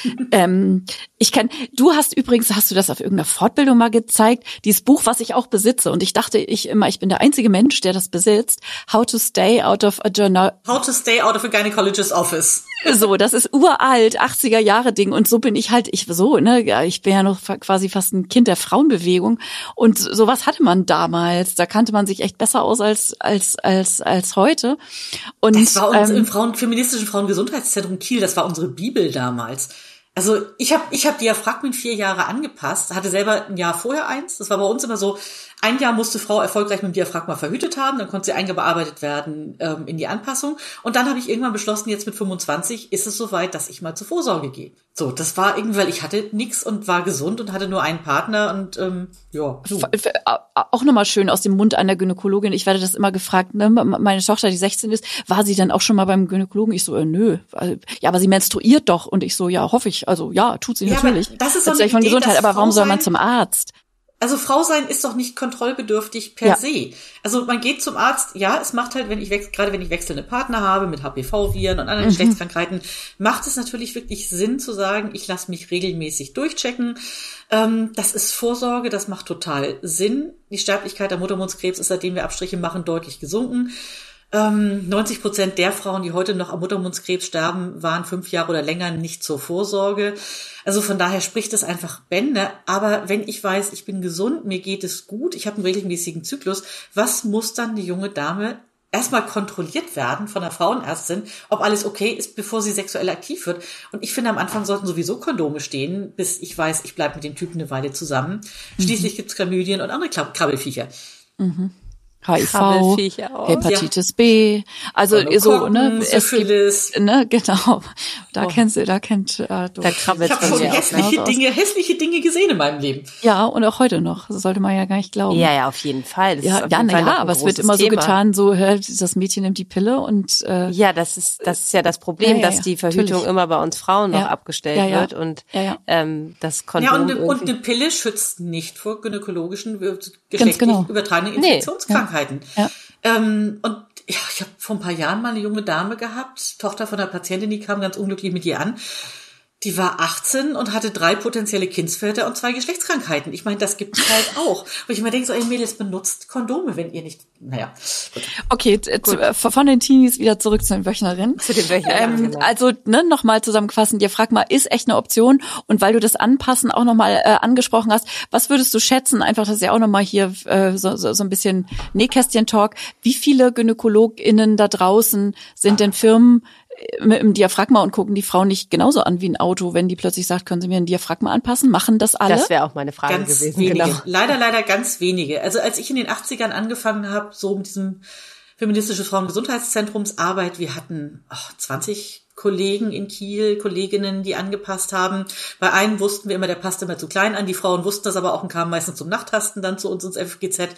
ähm, ich kann, du hast übrigens, hast du das auf irgendeiner Fortbildung mal gezeigt, dieses Buch, was ich auch besitze. Und ich dachte ich immer, ich bin der einzige Mensch, der das besitzt. How to stay out of a journal. How to stay out of a gynecologist's office. So, das ist uralt, achtziger Jahre Ding. Und so bin ich halt, ich so, ne, ich bin ja noch quasi fast ein Kind der Frauenbewegung. Und sowas hatte man damals. Da kannte man sich echt besser aus als, als, als, als heute. Und, das war uns ähm, im Frauen, feministischen Frauengesundheitszentrum Kiel, das war unsere Bibel damals. Also ich habe ich hab Diaphragmen vier Jahre angepasst, hatte selber ein Jahr vorher eins. Das war bei uns immer so, ein Jahr musste Frau erfolgreich mit dem Diaphragma verhütet haben, dann konnte sie eingearbeitet werden ähm, in die Anpassung. Und dann habe ich irgendwann beschlossen, jetzt mit fünfundzwanzig ist es soweit, dass ich mal zur Vorsorge gehe. So, das war irgendwie, weil ich hatte nix und war gesund und hatte nur einen Partner und ähm, ja. So. Auch nochmal schön aus dem Mund einer Gynäkologin. Ich werde das immer gefragt, ne? Meine Tochter, die sechzehn ist, war sie dann auch schon mal beim Gynäkologen? Ich so, äh, nö. Ja, aber sie menstruiert doch. Und ich so, ja, hoffe ich. Also ja, tut sie ja, natürlich. Aber das ist so eine Idee, von Gesundheit. Aber warum soll man sein? zum Arzt? Also Frau sein ist doch nicht kontrollbedürftig per ja. se. Also man geht zum Arzt, ja, es macht halt, wenn ich wechsle, gerade wenn ich wechselnde Partner habe mit H P V-Viren und anderen mhm. Geschlechtskrankheiten, macht es natürlich wirklich Sinn zu sagen, ich lasse mich regelmäßig durchchecken. Ähm, das ist Vorsorge, das macht total Sinn. Die Sterblichkeit am Muttermundskrebs ist, seitdem wir Abstriche machen, deutlich gesunken. Ähm, neunzig Prozent der Frauen, die heute noch am Muttermundskrebs sterben, waren fünf Jahre oder länger nicht zur Vorsorge. Also von daher spricht es einfach Bände. Aber wenn ich weiß, ich bin gesund, mir geht es gut, ich habe einen regelmäßigen Zyklus, was muss dann die junge Dame erstmal kontrolliert werden von der Frauenärztin, ob alles okay ist, bevor sie sexuell aktiv wird? Und ich finde, am Anfang sollten sowieso Kondome stehen, bis ich weiß, ich bleibe mit dem Typen eine Weile zusammen. Mhm. Schließlich gibt's Chlamydien und andere Krabbelfiecher. Mhm. H I V, Hepatitis ja. B, also so, ne, es gibt, ne, genau, da oh. kennst du, da kennt, äh, du. Da krabbelt ich habe schon hässliche Dinge, hässliche Dinge gesehen in meinem Leben. Ja, und auch heute noch, das sollte man ja gar nicht glauben. Ja, ja, auf jeden Fall. Das ja, ist ja, na ja, aber es wird immer Thema. so getan, so, das Mädchen nimmt die Pille und, äh, ja, das ist, das ist ja das Problem, ja, ja, dass die Verhütung natürlich. immer bei uns Frauen noch ja. abgestellt ja, ja. wird und, ja, ja. ähm, das Kondom. Ja, und, und eine Pille schützt nicht vor gynäkologischen, geschlechtlich genau. übertragenen Infektionskrankheiten. Nee. Ja. Ähm, und ja, ich habe vor ein paar Jahren mal eine junge Dame gehabt, Tochter von einer Patientin, die kam ganz unglücklich mit ihr an. Die war achtzehn und hatte drei potenzielle Kindsväter und zwei Geschlechtskrankheiten. Ich meine, das gibt es halt auch. Und ich mir denke so, ey Mädels, benutzt Kondome, wenn ihr nicht, naja. Gut. Okay, zu, von den Teenies wieder zurück zu den Wöchnerinnen. Zu den Wöchnerinnen. Ähm, genau. Also ne, nochmal zusammenfassend, Diaphragma ist echt eine Option. Und weil du das Anpassen auch nochmal äh, angesprochen hast, was würdest du schätzen, einfach, dass ja auch nochmal hier äh, so, so, so ein bisschen Nähkästchen-Talk, wie viele GynäkologInnen da draußen sind denn Firmen, mit dem Diaphragma und gucken die Frau nicht genauso an wie ein Auto, wenn die plötzlich sagt, können Sie mir ein Diaphragma anpassen? Machen das alle? Das wäre auch meine Frage ganz gewesen. Wenige. Genau. Leider, leider ganz wenige. Also als ich in den achtzigern angefangen habe, so mit diesem feministische Frauengesundheitszentrumsarbeit, wir hatten oh, zwanzig Kollegen in Kiel, Kolleginnen, die angepasst haben. Bei einem wussten wir immer, der passt immer zu klein an. Die Frauen wussten das aber auch und kamen meistens zum Nachttasten dann zu uns ins F G Z.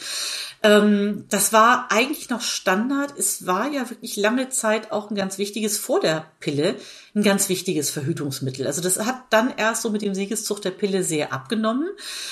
Ähm, das war eigentlich noch Standard. Es war ja wirklich lange Zeit auch ein ganz wichtiges, vor der Pille, ein ganz wichtiges Verhütungsmittel. Also das hat dann erst so mit dem Siegeszug der Pille sehr abgenommen.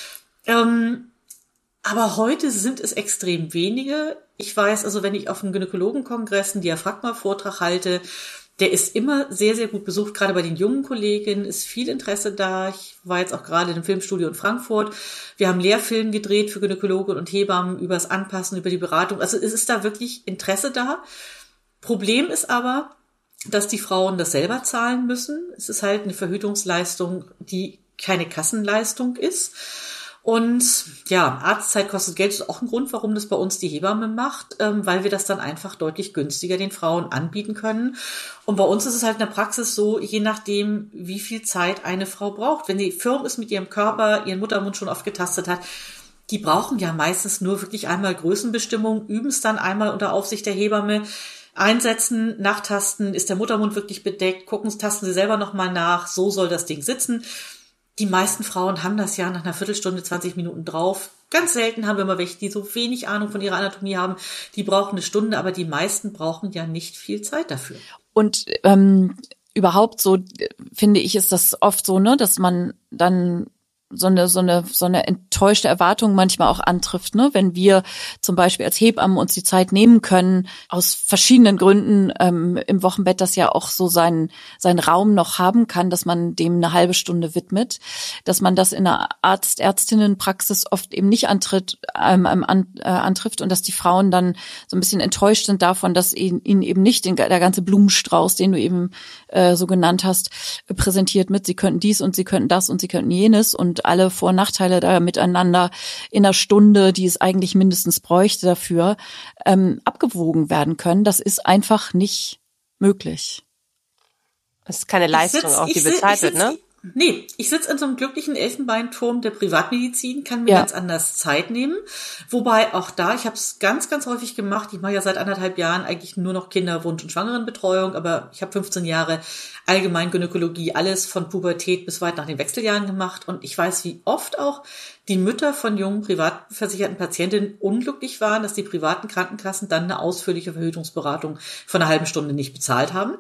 Ähm, aber heute sind es extrem wenige. Ich weiß, also wenn ich auf einem Gynäkologenkongress einen Diaphragma-Vortrag halte, der ist immer sehr, sehr gut besucht. Gerade bei den jungen Kolleginnen ist viel Interesse da. Ich war jetzt auch gerade in einem Filmstudio in Frankfurt. Wir haben Lehrfilm gedreht für Gynäkologen und Hebammen über das Anpassen, über die Beratung. Also es ist da wirklich Interesse da. Problem ist aber, dass die Frauen das selber zahlen müssen. Es ist halt eine Verhütungsleistung, die keine Kassenleistung ist. Und ja, Arztzeit kostet Geld, ist auch ein Grund, warum das bei uns die Hebamme macht, ähm, weil wir das dann einfach deutlich günstiger den Frauen anbieten können. Und bei uns ist es halt in der Praxis so, je nachdem, wie viel Zeit eine Frau braucht. Wenn die firm ist mit ihrem Körper, ihren Muttermund schon oft getastet hat, die brauchen ja meistens nur wirklich einmal Größenbestimmung, üben es dann einmal unter Aufsicht der Hebamme, einsetzen, nachtasten, ist der Muttermund wirklich bedeckt, gucken, tasten sie selber nochmal nach, so soll das Ding sitzen. Die meisten Frauen haben das ja nach einer Viertelstunde, zwanzig Minuten drauf. Ganz selten haben wir mal welche, die so wenig Ahnung von ihrer Anatomie haben. Die brauchen eine Stunde, aber die meisten brauchen ja nicht viel Zeit dafür. Und ähm, überhaupt so, finde ich, ist das oft so, ne, dass man dann so eine so eine so eine enttäuschte Erwartung manchmal auch antrifft, ne? Wenn wir zum Beispiel als Hebammen uns die Zeit nehmen können, aus verschiedenen Gründen ähm, im Wochenbett, das ja auch so seinen seinen Raum noch haben kann, dass man dem eine halbe Stunde widmet, dass man das in einer Arzt Ärztinnenpraxis oft eben nicht antritt ähm, an, äh, antrifft und dass die Frauen dann so ein bisschen enttäuscht sind davon, dass ihnen, ihnen eben nicht den, der ganze Blumenstrauß, den du eben äh, so genannt hast, äh, präsentiert mit, sie könnten dies und sie könnten das und sie könnten jenes und alle Vor- und Nachteile da miteinander in einer Stunde, die es eigentlich mindestens bräuchte dafür, ähm, abgewogen werden können. Das ist einfach nicht möglich. Das ist keine Leistung, sitz, auch die bezahlt wird, ne? Nee, ich sitze in so einem glücklichen Elfenbeinturm der Privatmedizin, kann mir ja. ganz anders Zeit nehmen. Wobei auch da, ich habe es ganz, ganz häufig gemacht. Ich mache ja seit anderthalb Jahren eigentlich nur noch Kinderwunsch- und Schwangerenbetreuung, aber ich habe fünfzehn Jahre Allgemeingynäkologie, alles von Pubertät bis weit nach den Wechseljahren gemacht. Und ich weiß, wie oft auch die Mütter von jungen privatversicherten Patientinnen unglücklich waren, dass die privaten Krankenkassen dann eine ausführliche Verhütungsberatung von einer halben Stunde nicht bezahlt haben.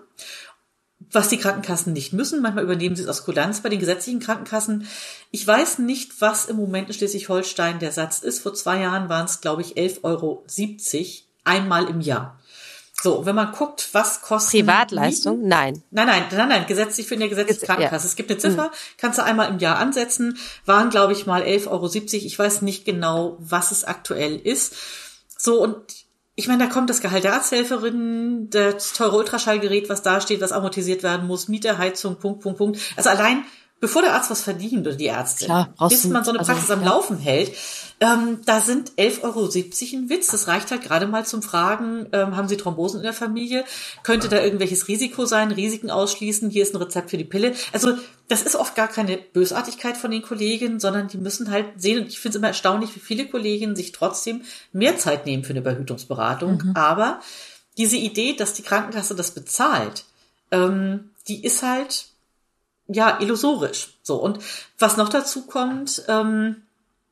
Was die Krankenkassen nicht müssen. Manchmal übernehmen sie es aus Kulanz bei den gesetzlichen Krankenkassen. Ich weiß nicht, was im Moment in Schleswig-Holstein der Satz ist. Vor zwei Jahren waren es, glaube ich, elf Euro siebzig einmal im Jahr. So, wenn man guckt, was kostet... Privatleistung? Mieten? Nein. Nein, nein, nein, nein, gesetzlich für eine gesetzliche Krankenkasse. Ja. Es gibt eine Ziffer, mhm. kannst du einmal im Jahr ansetzen. Waren, glaube ich, mal elf Euro siebzig. Ich weiß nicht genau, was es aktuell ist. So, und ich meine, da kommt das Gehalt der Arzthelferin, das teure Ultraschallgerät, was da steht, was amortisiert werden muss, Miete, Heizung, Punkt, Punkt, Punkt. Also allein, bevor der Arzt was verdient oder die Ärztin, Klar, bis man so eine Praxis also, am ja. Laufen hält, ähm, da sind elf Euro siebzig ein Witz. Das reicht halt gerade mal zum Fragen, ähm, haben Sie Thrombosen in der Familie? Könnte da irgendwelches Risiko sein? Risiken ausschließen? Hier ist ein Rezept für die Pille. Also das ist oft gar keine Bösartigkeit von den Kolleginnen, sondern die müssen halt sehen, und ich finde es immer erstaunlich, wie viele Kolleginnen sich trotzdem mehr Zeit nehmen für eine Überhütungsberatung. Mhm. Aber diese Idee, dass die Krankenkasse das bezahlt, ähm, die ist halt ja illusorisch. So, und was noch dazu kommt, ähm,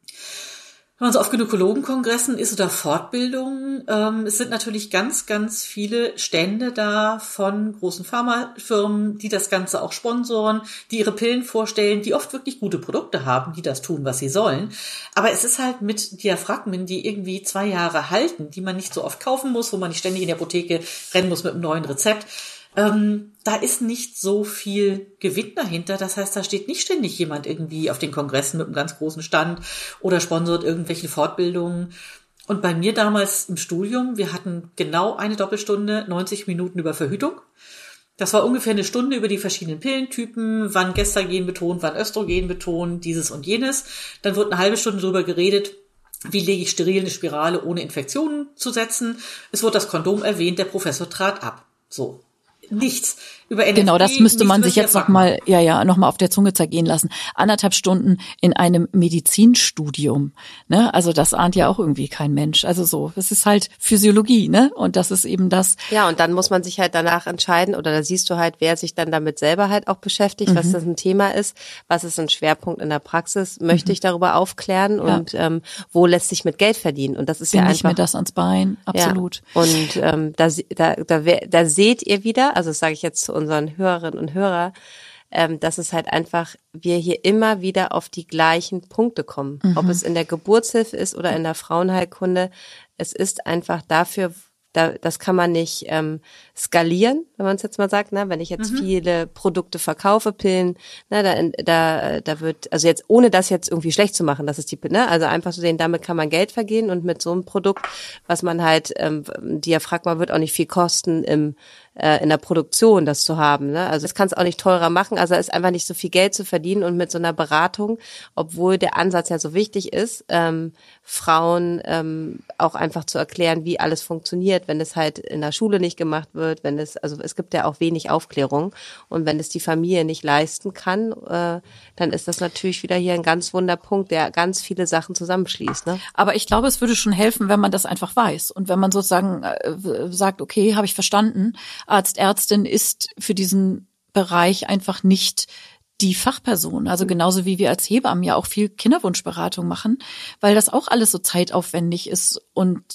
wenn man so auf Gynäkologenkongressen ist oder Fortbildungen, ähm, es sind natürlich ganz, ganz viele Stände da von großen Pharmafirmen, die das Ganze auch sponsoren, die ihre Pillen vorstellen, die oft wirklich gute Produkte haben, die das tun, was sie sollen. Aber es ist halt mit Diaphragmen, die irgendwie zwei Jahre halten, die man nicht so oft kaufen muss, wo man nicht ständig in die Apotheke rennen muss mit einem neuen Rezept. Ähm, da ist nicht so viel Gewinn dahinter. Das heißt, da steht nicht ständig jemand irgendwie auf den Kongressen mit einem ganz großen Stand oder sponsort irgendwelche Fortbildungen. Und bei mir damals im Studium, wir hatten genau eine Doppelstunde, neunzig Minuten über Verhütung. Das war ungefähr eine Stunde über die verschiedenen Pillentypen, wann Gestagen betont, wann Östrogen betont, dieses und jenes. Dann wurde eine halbe Stunde drüber geredet, wie lege ich steril eine Spirale ohne Infektionen zu setzen. Es wurde das Kondom erwähnt, der Professor trat ab. So. Nichts über N F P. Genau, das müsste man sich jetzt noch mal, ja, ja, noch mal auf der Zunge zergehen lassen. Anderthalb Stunden in einem Medizinstudium, ne? Also das ahnt ja auch irgendwie kein Mensch. Also so, das ist halt Physiologie, ne? Und das ist eben das. Ja, und dann muss man sich halt danach entscheiden, oder da siehst du halt, wer sich dann damit selber halt auch beschäftigt, mhm. was das ein Thema ist, was ist ein Schwerpunkt in der Praxis, möchte mhm. ich darüber aufklären ja. und ähm, wo lässt sich mit Geld verdienen? Und das ist Bin ja einfach. ich mir das ans Bein, absolut. Ja. Und ähm, da, da, da, da seht ihr wieder, also das sage ich jetzt zu unseren Hörerinnen und Hörer, ähm, dass es halt einfach, wir hier immer wieder auf die gleichen Punkte kommen. Mhm. Ob es in der Geburtshilfe ist oder in der Frauenheilkunde, es ist einfach dafür, da, das kann man nicht ähm, skalieren, wenn man es jetzt mal sagt, ne? Wenn ich jetzt mhm. viele Produkte verkaufe, Pillen, ne, da, da, da wird, also jetzt, ohne das jetzt irgendwie schlecht zu machen, das ist die, ne, also einfach zu sehen, damit kann man Geld verdienen und mit so einem Produkt, was man halt, ähm, Diaphragma wird auch nicht viel kosten im in der Produktion das zu haben, ne? Also das kann es auch nicht teurer machen, also es ist einfach nicht so viel Geld zu verdienen und mit so einer Beratung, obwohl der Ansatz ja so wichtig ist, ähm, Frauen ähm, auch einfach zu erklären, wie alles funktioniert, wenn es halt in der Schule nicht gemacht wird, wenn es, also es gibt ja auch wenig Aufklärung und wenn es die Familie nicht leisten kann, äh, dann ist das natürlich wieder hier ein ganz wunder Punkt, der ganz viele Sachen zusammenschließt, ne? Aber ich glaube, es würde schon helfen, wenn man das einfach weiß und wenn man sozusagen äh, sagt, okay, habe ich verstanden, Arzt, Ärztin ist für diesen Bereich einfach nicht die Fachperson. Also genauso wie wir als Hebammen ja auch viel Kinderwunschberatung machen, weil das auch alles so zeitaufwendig ist und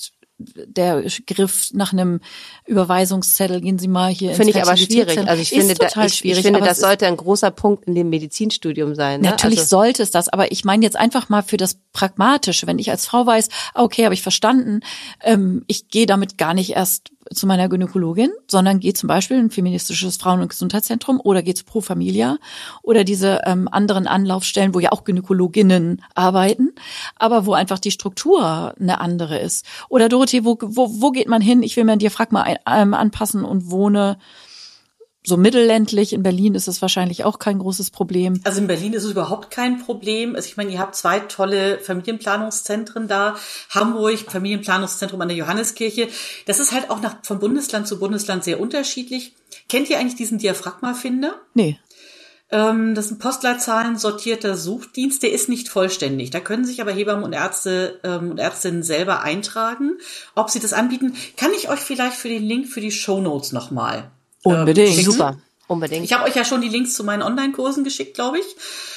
der Griff nach einem Überweisungszettel, gehen Sie mal hier ins Finde ich aber schwierig. Also ich finde, da, ich, schwierig, ich finde das sollte ein großer Punkt in dem Medizinstudium sein. Ne? Natürlich also, sollte es das, aber ich meine jetzt einfach mal für das Pragmatische, wenn ich als Frau weiß, okay, habe ich verstanden, ähm, ich gehe damit gar nicht erst zu meiner Gynäkologin, sondern gehe zum Beispiel in ein feministisches Frauen- und Gesundheitszentrum oder gehe zu Pro Familia oder diese ähm, anderen Anlaufstellen, wo ja auch Gynäkologinnen arbeiten, aber wo einfach die Struktur eine andere ist. Oder Dorothee, wo, wo, wo geht man hin? Ich will mir ein Diaphragma ein, ähm, anpassen und wohne so mittelländlich. In Berlin ist es wahrscheinlich auch kein großes Problem. Also in Berlin ist es überhaupt kein Problem. Also ich meine, ihr habt zwei tolle Familienplanungszentren da. Hamburg, Familienplanungszentrum an der Johanneskirche. Das ist halt auch nach, von Bundesland zu Bundesland sehr unterschiedlich. Kennt ihr eigentlich diesen Diaphragma-Finder? Nee. Ähm, das ist ein Postleitzahlen sortierter Suchdienst. Der ist nicht vollständig. Da können sich aber Hebammen und Ärzte ähm, und Ärztinnen selber eintragen, ob sie das anbieten. Kann ich euch vielleicht für den Link für die Shownotes nochmal Unbedingt. Ähm, Super, unbedingt. Ich habe euch ja schon die Links zu meinen Online-Kursen geschickt, glaube ich.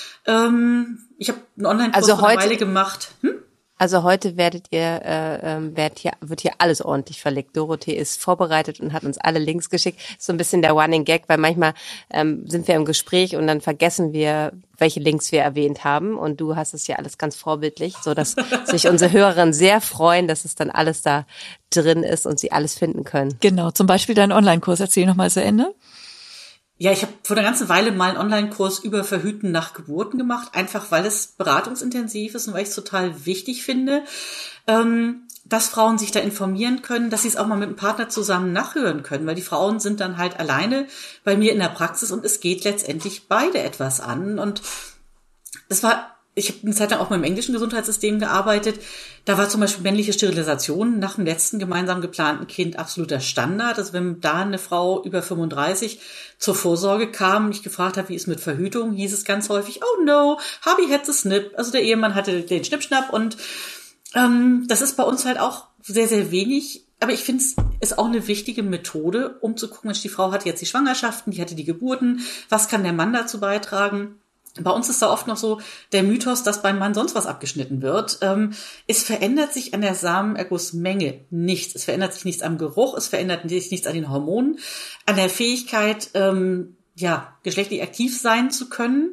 Ähm, ich habe einen Online-Kurs also vor einer heute, Weile gemacht. Hm? Also heute werdet ihr, äh, werdet hier, wird hier alles ordentlich verlegt. Dorothee ist vorbereitet und hat uns alle Links geschickt. So ein bisschen der Running Gag, weil manchmal ähm, sind wir im Gespräch und dann vergessen wir, welche Links wir erwähnt haben. Und du hast es ja alles ganz vorbildlich, so dass sich unsere Hörerinnen sehr freuen, dass es dann alles da drin ist und sie alles finden können. Genau, zum Beispiel deinen Online-Kurs. Erzähl nochmal zu Ende. Ja, ich habe vor einer ganzen Weile mal einen Online-Kurs über Verhüten nach Geburten gemacht, einfach weil es beratungsintensiv ist und weil ich es total wichtig finde, ähm, dass Frauen sich da informieren können, dass sie es auch mal mit einem Partner zusammen nachhören können, weil die Frauen sind dann halt alleine bei mir in der Praxis und es geht letztendlich beide etwas an. Und das war, ich habe eine Zeit lang auch mal im englischen Gesundheitssystem gearbeitet. Da war zum Beispiel männliche Sterilisation nach dem letzten gemeinsam geplanten Kind absoluter Standard. Also wenn da eine Frau über fünfunddreißig zur Vorsorge kam und ich gefragt habe, wie ist mit Verhütung, hieß es ganz häufig, oh no, hubby had the snip. Also der Ehemann hatte den Schnippschnapp und ähm, das ist bei uns halt auch sehr, sehr wenig. Aber ich finde es ist auch eine wichtige Methode, um zu gucken, Mensch, die Frau hatte jetzt die Schwangerschaften, die hatte die Geburten, was kann der Mann dazu beitragen? Bei uns ist da oft noch so der Mythos, dass beim Mann sonst was abgeschnitten wird. Ähm, es verändert sich an der Samenergussmenge nichts. Es verändert sich nichts am Geruch, es verändert sich nichts an den Hormonen, an der Fähigkeit, ähm, ja, geschlechtlich aktiv sein zu können.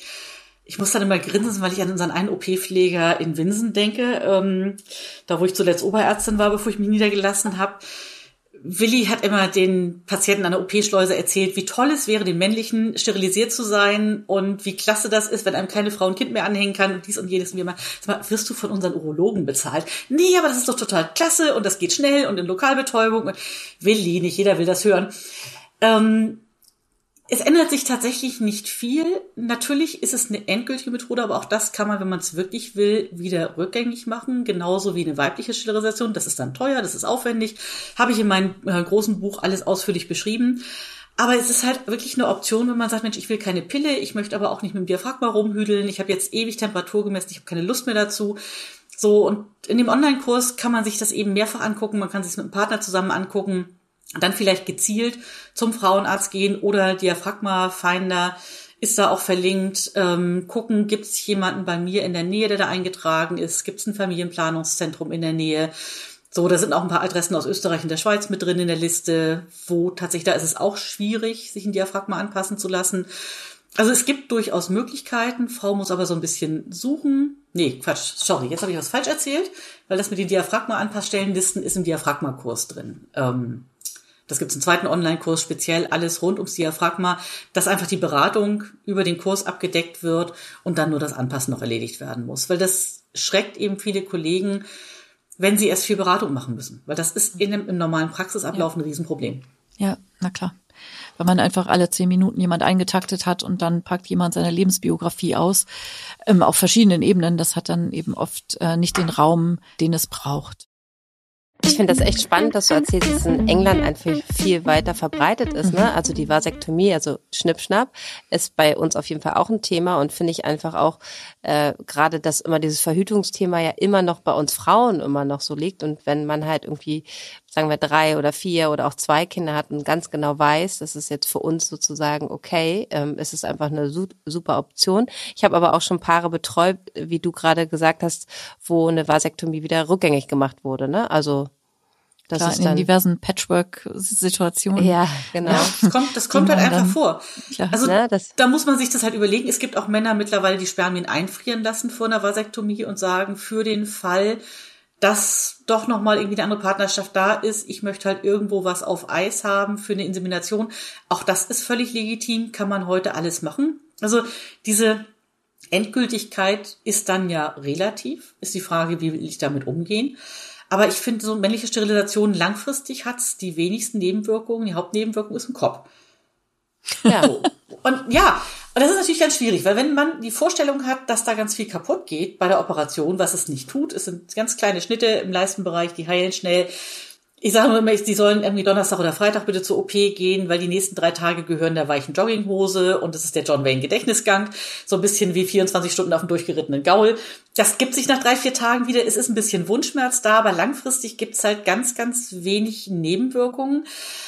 Ich muss dann immer grinsen, weil ich an unseren einen O P-Pfleger in Winsen denke, ähm, da wo ich zuletzt Oberärztin war, bevor ich mich niedergelassen habe. Willi hat immer den Patienten an der O P-Schleuse erzählt, wie toll es wäre, den männlichen sterilisiert zu sein und wie klasse das ist, wenn einem keine Frau ein Kind mehr anhängen kann und dies und jenes. Und wir mal, sag mal, wirst du von unseren Urologen bezahlt? Nee, aber das ist doch total klasse und das geht schnell und in Lokalbetäubung. Und Willi, nicht jeder will das hören. Ähm, Es ändert sich tatsächlich nicht viel. Natürlich ist es eine endgültige Methode, aber auch das kann man, wenn man es wirklich will, wieder rückgängig machen. Genauso wie eine weibliche Sterilisation. Das ist dann teuer, das ist aufwendig. Habe ich in meinem äh, großen Buch alles ausführlich beschrieben. Aber es ist halt wirklich eine Option, wenn man sagt, Mensch, ich will keine Pille, ich möchte aber auch nicht mit dem Diaphragma rumhüdeln. Ich habe jetzt ewig Temperatur gemessen, ich habe keine Lust mehr dazu. So, und in dem Online-Kurs kann man sich das eben mehrfach angucken. Man kann sich es mit einem Partner zusammen angucken. Dann vielleicht gezielt zum Frauenarzt gehen oder Diaphragma-Finder ist da auch verlinkt. Ähm, gucken, gibt es jemanden bei mir in der Nähe, der da eingetragen ist? Gibt es ein Familienplanungszentrum in der Nähe? So, da sind auch ein paar Adressen aus Österreich und der Schweiz mit drin in der Liste, wo tatsächlich, da ist es auch schwierig, sich ein Diaphragma anpassen zu lassen. Also es gibt durchaus Möglichkeiten. Frau muss aber so ein bisschen suchen. Nee, Quatsch, sorry, jetzt habe ich was falsch erzählt, weil das mit den Diaphragma-Anpassstellenlisten ist im Diaphragma-Kurs drin. Ähm, Das gibt es einen zweiten Online-Kurs, speziell alles rund ums Diaphragma, dass einfach die Beratung über den Kurs abgedeckt wird und dann nur das Anpassen noch erledigt werden muss. Weil das schreckt eben viele Kollegen, wenn sie erst viel Beratung machen müssen. Weil das ist in einem, im normalen Praxisablauf ein Riesenproblem. Ja, na klar. Wenn man einfach alle zehn Minuten jemand eingetaktet hat und dann packt jemand seine Lebensbiografie aus, ähm, auf verschiedenen Ebenen, das hat dann eben oft äh, nicht den Raum, den es braucht. Ich finde das echt spannend, dass du erzählst, dass es in England einfach viel weiter verbreitet ist, ne? Also die Vasektomie, also Schnippschnapp, ist bei uns auf jeden Fall auch ein Thema und finde ich einfach auch äh, gerade, dass immer dieses Verhütungsthema ja immer noch bei uns Frauen immer noch so liegt und wenn man halt irgendwie, sagen wir drei oder vier oder auch zwei Kinder hat und ganz genau weiß, das ist jetzt für uns sozusagen okay, ähm, es ist einfach eine su- super Option. Ich habe aber auch schon Paare betreut, wie du gerade gesagt hast, wo eine Vasektomie wieder rückgängig gemacht wurde, ne? Also Das Klar, ist in dann den diversen Patchwork-Situationen. Ja, genau. Ja, das kommt, das kommt halt einfach vor. Klar. Also Ne, das- da muss man sich das halt überlegen. Es gibt auch Männer mittlerweile, die Spermien einfrieren lassen vor einer Vasektomie und sagen, für den Fall, dass doch nochmal irgendwie eine andere Partnerschaft da ist, ich möchte halt irgendwo was auf Eis haben für eine Insemination. Auch das ist völlig legitim, kann man heute alles machen. Also diese Endgültigkeit ist dann ja relativ, ist die Frage, wie will ich damit umgehen. Aber ich finde, so männliche Sterilisation langfristig hat's die wenigsten Nebenwirkungen. Die Hauptnebenwirkung ist im Kopf. Ja. So. Und ja, und das ist natürlich ganz schwierig, weil wenn man die Vorstellung hat, dass da ganz viel kaputt geht bei der Operation, was es nicht tut, es sind ganz kleine Schnitte im Leistenbereich, die heilen schnell. Ich sage immer, die sollen irgendwie Donnerstag oder Freitag bitte zur O P gehen, weil die nächsten drei Tage gehören der weichen Jogginghose und das ist der John Wayne Gedächtnisgang. So ein bisschen wie vierundzwanzig Stunden auf dem durchgerittenen Gaul. Das gibt sich nach drei, vier Tagen wieder. Es ist ein bisschen Wunschschmerz da, aber langfristig gibt es halt ganz, ganz wenig Nebenwirkungen.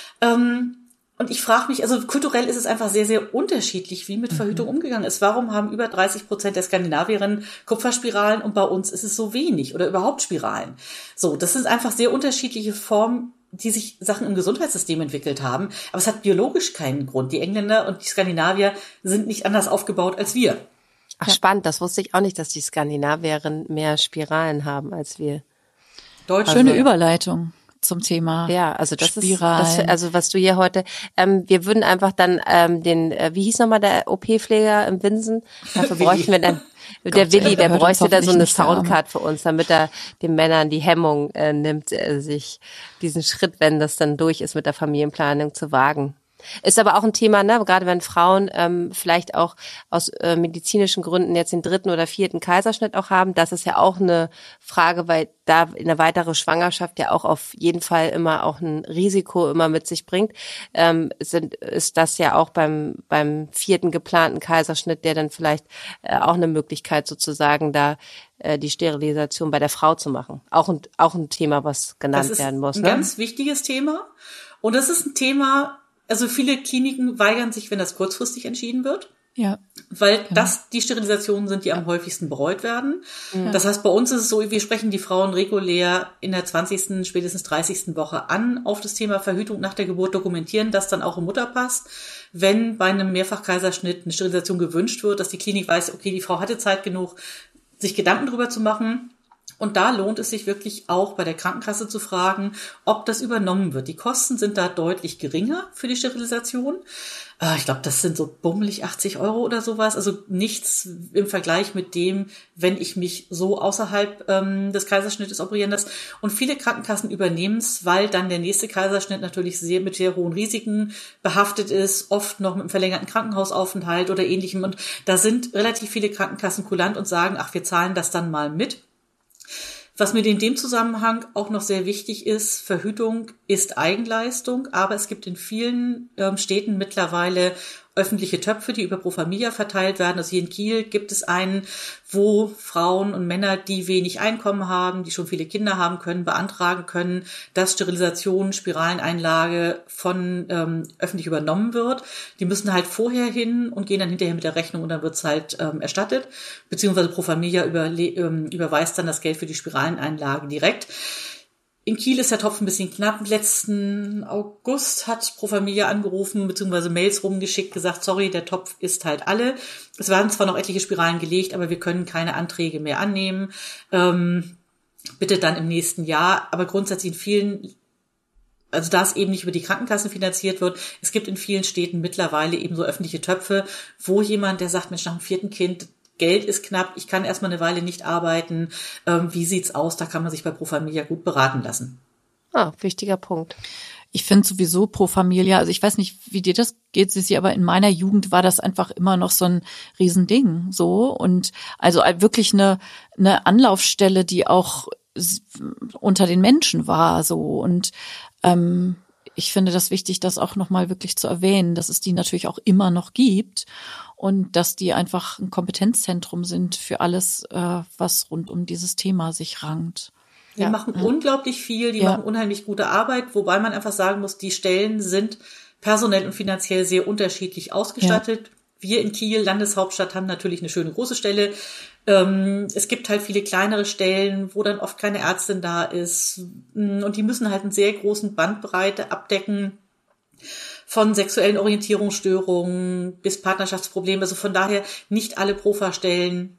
Ähm, Und ich frage mich, also kulturell ist es einfach sehr, sehr unterschiedlich, wie mit Verhütung mhm. umgegangen ist. Warum haben über dreißig Prozent der Skandinavierinnen Kupferspiralen und bei uns ist es so wenig oder überhaupt Spiralen? So, das sind einfach sehr unterschiedliche Formen, die sich Sachen im Gesundheitssystem entwickelt haben. Aber es hat biologisch keinen Grund. Die Engländer und die Skandinavier sind nicht anders aufgebaut als wir. Ach, spannend. Das wusste ich auch nicht, dass die Skandinavierinnen mehr Spiralen haben als wir. Deutsche Schöne also, Überleitung zum Thema Ja, also das Spiralen. ist, das, also was du hier heute, ähm, wir würden einfach dann ähm, den, äh, wie hieß nochmal der O P-Pfleger im Winsen? Dafür bräuchten wir dann, der Willi, der bräuchte da so eine Soundcard für uns, damit er den Männern die Hemmung äh, nimmt, äh, sich diesen Schritt, wenn das dann durch ist mit der Familienplanung, zu wagen. Ist aber auch ein Thema, ne? Gerade wenn Frauen ähm, vielleicht auch aus äh, medizinischen Gründen jetzt den dritten oder vierten Kaiserschnitt auch haben, das ist ja auch eine Frage, weil da eine weitere Schwangerschaft ja auch auf jeden Fall immer auch ein Risiko immer mit sich bringt, ähm, sind, ist das ja auch beim beim vierten geplanten Kaiserschnitt, der dann vielleicht äh, auch eine Möglichkeit sozusagen da äh, die Sterilisation bei der Frau zu machen. Auch ein, auch ein Thema, was genannt werden muss. Das ist ein ne? ganz wichtiges Thema und das ist ein Thema. Also viele Kliniken weigern sich, wenn das kurzfristig entschieden wird. Ja. Weil ja. das die Sterilisationen sind, die am häufigsten bereut werden. Ja. Das heißt, bei uns ist es so, wir sprechen die Frauen regulär in der zwanzigsten, spätestens dreißigsten Woche an auf das Thema Verhütung nach der Geburt, dokumentieren das dann auch im Mutterpass. Wenn bei einem Mehrfachkaiserschnitt eine Sterilisation gewünscht wird, dass die Klinik weiß, okay, die Frau hatte Zeit genug, sich Gedanken drüber zu machen. Und da lohnt es sich wirklich auch bei der Krankenkasse zu fragen, ob das übernommen wird. Die Kosten sind da deutlich geringer für die Sterilisation. Ich glaube, das sind so bummelig achtzig Euro oder sowas. Also nichts im Vergleich mit dem, wenn ich mich so außerhalb ähm, des Kaiserschnittes operieren lasse. Und viele Krankenkassen übernehmen es, weil dann der nächste Kaiserschnitt natürlich sehr mit sehr hohen Risiken behaftet ist, oft noch mit einem verlängerten Krankenhausaufenthalt oder ähnlichem. Und da sind relativ viele Krankenkassen kulant und sagen, ach, wir zahlen das dann mal mit. Was mir in dem Zusammenhang auch noch sehr wichtig ist, Verhütung ist Eigenleistung, aber es gibt in vielen ähm, Städten mittlerweile öffentliche Töpfe, die über Pro Familia verteilt werden. Also hier in Kiel gibt es einen, wo Frauen und Männer, die wenig Einkommen haben, die schon viele Kinder haben können, beantragen können, dass Sterilisation, Spiraleneinlage von ähm, öffentlich übernommen wird. Die müssen halt vorher hin und gehen dann hinterher mit der Rechnung und dann wird's halt ähm, erstattet. Beziehungsweise Pro Familia überle- ähm, überweist dann das Geld für die Spiraleneinlage direkt. In Kiel ist der Topf ein bisschen knapp. Letzten August hat Pro Familia angerufen, beziehungsweise Mails rumgeschickt, gesagt, sorry, der Topf ist halt alle. Es werden zwar noch etliche Spiralen gelegt, aber wir können keine Anträge mehr annehmen. Ähm, bitte dann im nächsten Jahr. Aber grundsätzlich in vielen, also da es eben nicht über die Krankenkassen finanziert wird, es gibt in vielen Städten mittlerweile eben so öffentliche Töpfe, wo jemand, der sagt, Mensch, nach dem vierten Kind, Geld ist knapp, ich kann erstmal eine Weile nicht arbeiten. Ähm, wie sieht's aus? Da kann man sich bei Pro Familia gut beraten lassen. Ah, wichtiger Punkt. Ich finde sowieso Pro Familia, also ich weiß nicht, wie dir das geht, Sissi, aber in meiner Jugend war das einfach immer noch so ein Riesending, so. Und also wirklich eine, eine Anlaufstelle, die auch unter den Menschen war, so. Und, ähm, ich finde das wichtig, das auch nochmal wirklich zu erwähnen, dass es die natürlich auch immer noch gibt und dass die einfach ein Kompetenzzentrum sind für alles, äh, was rund um dieses Thema sich rankt. Die ja. machen ja. unglaublich viel, die ja. machen unheimlich gute Arbeit, wobei man einfach sagen muss, die Stellen sind personell und finanziell sehr unterschiedlich ausgestattet. Ja. Wir in Kiel, Landeshauptstadt, haben natürlich eine schöne große Stelle. Ähm, es gibt halt viele kleinere Stellen, wo dann oft keine Ärztin da ist. Und die müssen halt einen sehr großen Bandbreite abdecken. Von sexuellen Orientierungsstörungen bis Partnerschaftsproblemen. Also von daher nicht alle Profa-Stellen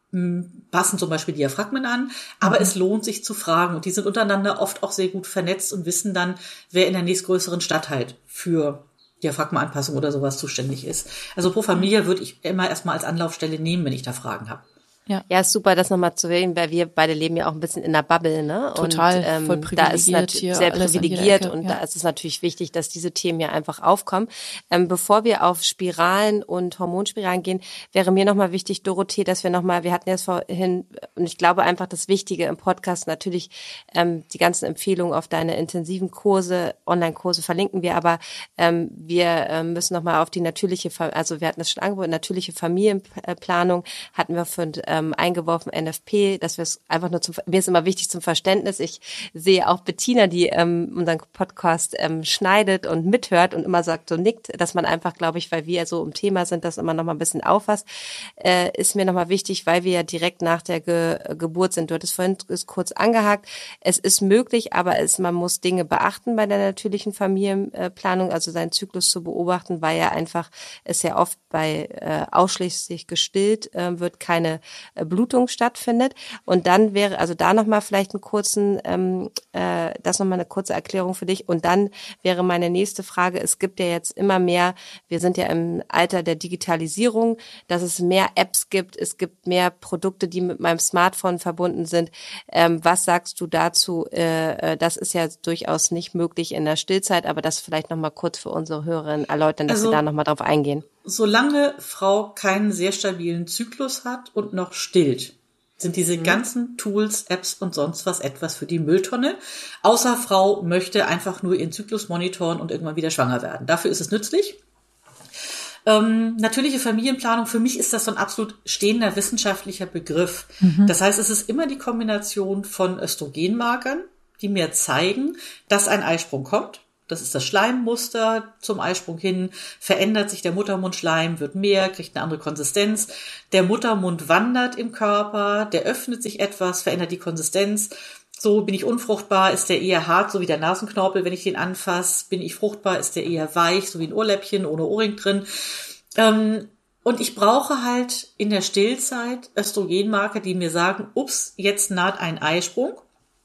passen zum Beispiel Diaphragmen an, aber mhm. es lohnt sich zu fragen. Und die sind untereinander oft auch sehr gut vernetzt und wissen dann, wer in der nächstgrößeren Stadt halt für Diaphragmenanpassung oder sowas zuständig ist. Also Pro Familia würde ich immer erstmal als Anlaufstelle nehmen, wenn ich da Fragen habe. Ja, ja, ist super, das nochmal zu sehen, weil wir beide leben ja auch ein bisschen in der Bubble, ne? Total, und, ähm, voll privilegiert da ist hier, sehr privilegiert Ecke, und ja. da ist es natürlich wichtig, dass diese Themen ja einfach aufkommen. Ähm, bevor wir auf Spiralen und Hormonspiralen gehen, wäre mir nochmal wichtig, Dorothee, dass wir nochmal, wir hatten ja es vorhin, und ich glaube einfach das Wichtige im Podcast, natürlich ähm, die ganzen Empfehlungen auf deine intensiven Kurse, Online-Kurse verlinken wir, aber ähm, wir ähm, müssen nochmal auf die natürliche, also wir hatten das schon angeboten, natürliche Familienplanung hatten wir für ähm, eingeworfen, N F P, dass wir es einfach nur zum, mir ist immer wichtig zum Verständnis. Ich sehe auch Bettina, die ähm, unseren Podcast ähm, schneidet und mithört und immer sagt, so nickt, dass man einfach, glaube ich, weil wir so im Thema sind, das immer noch mal ein bisschen auffasst, äh, ist mir noch mal wichtig, weil wir ja direkt nach der Ge- Geburt sind. Du hattest vorhin ist kurz angehakt. Es ist möglich, aber es, man muss Dinge beachten bei der natürlichen Familienplanung, also seinen Zyklus zu beobachten, weil ja einfach es ja oft bei äh, ausschließlich gestillt äh, wird, keine äh, Blutung stattfindet. Und dann wäre, also da nochmal vielleicht einen kurzen, ähm, äh, das nochmal eine kurze Erklärung für dich. Und dann wäre meine nächste Frage, es gibt ja jetzt immer mehr, wir sind ja im Alter der Digitalisierung, dass es mehr Apps gibt, es gibt mehr Produkte, die mit meinem Smartphone verbunden sind. Ähm, was sagst du dazu? Äh, das ist ja durchaus nicht möglich in der Stillzeit, aber das vielleicht nochmal kurz für unsere Hörerinnen erläutern, dass also, wir da nochmal drauf eingehen. Solange Frau keinen sehr stabilen Zyklus hat und noch stillt, sind diese mhm. ganzen Tools, Apps und sonst was etwas für die Mülltonne. Außer Frau möchte einfach nur ihren Zyklus monitoren und irgendwann wieder schwanger werden. Dafür ist es nützlich. Ähm, natürliche Familienplanung, für mich ist das so ein absolut stehender wissenschaftlicher Begriff. Mhm. Das heißt, es ist immer die Kombination von Östrogenmarkern, die mir zeigen, dass ein Eisprung kommt. Das ist das Schleimmuster zum Eisprung hin, verändert sich der Muttermundschleim, wird mehr, kriegt eine andere Konsistenz. Der Muttermund wandert im Körper, der öffnet sich etwas, verändert die Konsistenz. So, bin ich unfruchtbar, ist der eher hart, so wie der Nasenknorpel, wenn ich den anfasse. Bin ich fruchtbar, ist der eher weich, so wie ein Ohrläppchen ohne Ohrring drin. Ähm, und ich brauche halt in der Stillzeit Östrogenmarker, die mir sagen, ups, jetzt naht ein Eisprung.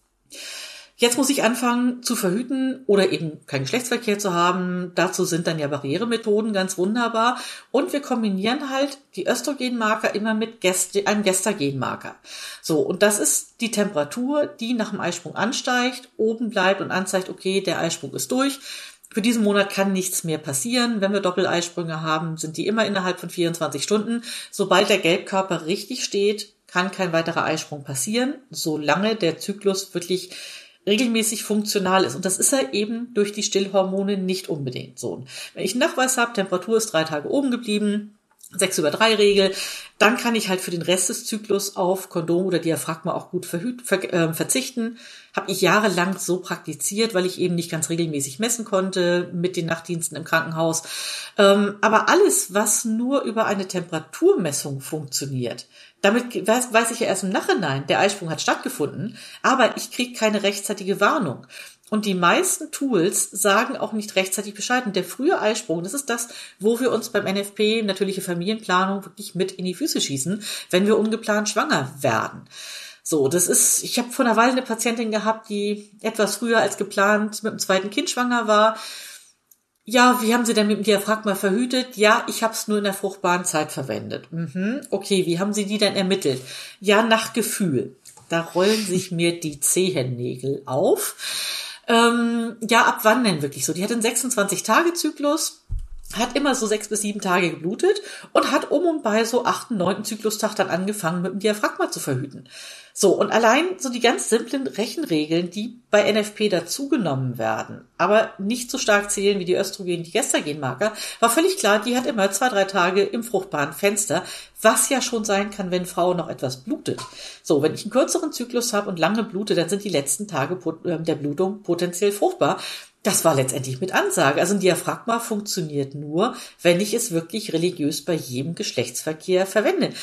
Jetzt muss ich anfangen zu verhüten oder eben keinen Geschlechtsverkehr zu haben. Dazu sind dann ja Barrieremethoden ganz wunderbar. Und wir kombinieren halt die Östrogenmarker immer mit Gest- einem Gestagenmarker. So, und das ist die Temperatur, die nach dem Eisprung ansteigt, oben bleibt und anzeigt, okay, der Eisprung ist durch. Für diesen Monat kann nichts mehr passieren. Wenn wir Doppeleisprünge haben, sind die immer innerhalb von vierundzwanzig Stunden. Sobald der Gelbkörper richtig steht, kann kein weiterer Eisprung passieren, solange der Zyklus wirklich regelmäßig funktional ist. Und das ist er eben durch die Stillhormone nicht unbedingt so. Wenn ich einen Nachweis habe, Temperatur ist drei Tage oben geblieben, sechs über drei Regel, dann kann ich halt für den Rest des Zyklus auf Kondom oder Diaphragma auch gut verhüt, ver, äh, verzichten. Habe ich jahrelang so praktiziert, weil ich eben nicht ganz regelmäßig messen konnte mit den Nachtdiensten im Krankenhaus. Ähm, aber alles, was nur über eine Temperaturmessung funktioniert, damit weiß, weiß ich ja erst im Nachhinein, der Eisprung hat stattgefunden, aber ich kriege keine rechtzeitige Warnung. Und die meisten Tools sagen auch nicht rechtzeitig Bescheid. Und der frühe Eisprung, das ist das, wo wir uns beim N F P, natürliche Familienplanung, wirklich mit in die Füße schießen, wenn wir ungeplant schwanger werden. So, das ist, ich habe vor einer Weile eine Patientin gehabt, die etwas früher als geplant mit dem zweiten Kind schwanger war. Ja, wie haben Sie denn mit dem Diaphragma verhütet? Ja, ich habe es nur in der fruchtbaren Zeit verwendet. Mhm, okay, wie haben Sie die denn ermittelt? Ja, nach Gefühl. Da rollen sich mir die Zehennägel auf. Ähm, ja, ab wann denn wirklich so? Die hat einen sechsundzwanzig-Tage-Zyklus, hat immer so sechs bis sieben Tage geblutet und hat um und bei so achten, neunten Zyklustag dann angefangen, mit dem Diaphragma zu verhüten. So, und allein so die ganz simplen Rechenregeln, die bei N F P dazugenommen werden, aber nicht so stark zählen wie die Östrogen, die Gestagenmarker, war völlig klar, die hat immer zwei, drei Tage im fruchtbaren Fenster, was ja schon sein kann, wenn Frau noch etwas blutet. So, wenn ich einen kürzeren Zyklus habe und lange blute, dann sind die letzten Tage der Blutung potenziell fruchtbar. Das war letztendlich mit Ansage. Also ein Diaphragma funktioniert nur, wenn ich es wirklich religiös bei jedem Geschlechtsverkehr verwende.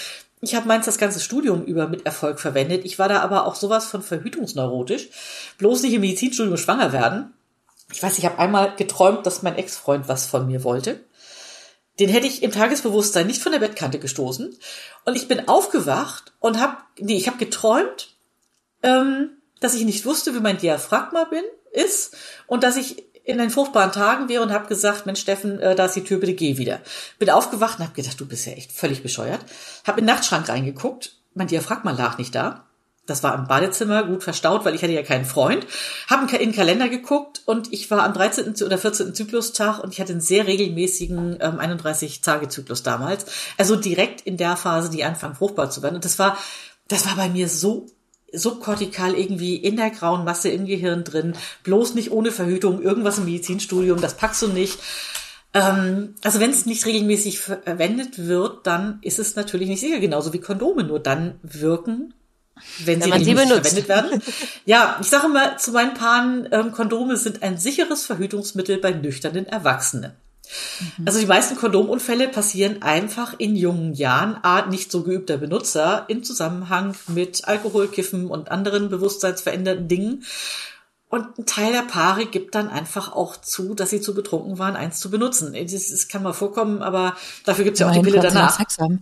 Ich habe meins das ganze Studium über mit Erfolg verwendet. Ich war da aber auch sowas von verhütungsneurotisch. Bloß nicht im Medizinstudium schwanger werden. Ich weiß, ich habe einmal geträumt, dass mein Ex-Freund was von mir wollte. Den hätte ich im Tagesbewusstsein nicht von der Bettkante gestoßen. Und ich bin aufgewacht und habe, nee, ich habe geträumt, ähm, dass ich nicht wusste, wie mein Diaphragma bin, ist und dass ich in den fruchtbaren Tagen wäre und habe gesagt, Mensch Steffen, äh, da ist die Tür, bitte geh wieder. Bin aufgewacht und habe gedacht, du bist ja echt völlig bescheuert. Habe in den Nachtschrank reingeguckt, mein Diaphragma lag nicht da. Das war im Badezimmer gut verstaut, weil ich hatte ja keinen Freund. Habe in den Kalender geguckt und ich war am dreizehnten oder vierzehnten Zyklustag und ich hatte einen sehr regelmäßigen ähm, einunddreißig-Tage-Zyklus damals. Also direkt in der Phase, die anfangen fruchtbar zu werden. Und das war, das war bei mir so subkortikal irgendwie in der grauen Masse im Gehirn drin, bloß nicht ohne Verhütung, irgendwas im Medizinstudium, das packst du nicht. Ähm, also wenn es nicht regelmäßig verwendet wird, dann ist es natürlich nicht sicher, genauso wie Kondome, nur dann wirken, wenn, wenn sie regelmäßig verwendet werden. Ja, ich sage immer zu meinen Paaren, ähm, Kondome sind ein sicheres Verhütungsmittel bei nüchternen Erwachsenen. Mhm. Also die meisten Kondomunfälle passieren einfach in jungen Jahren, a, nicht so geübter Benutzer, im Zusammenhang mit Alkohol, Kiffen und anderen bewusstseinsverändernden Dingen. Und ein Teil der Paare gibt dann einfach auch zu, dass sie zu betrunken waren, eins zu benutzen. Das, das kann mal vorkommen, aber dafür gibt's ja auch die Pille danach.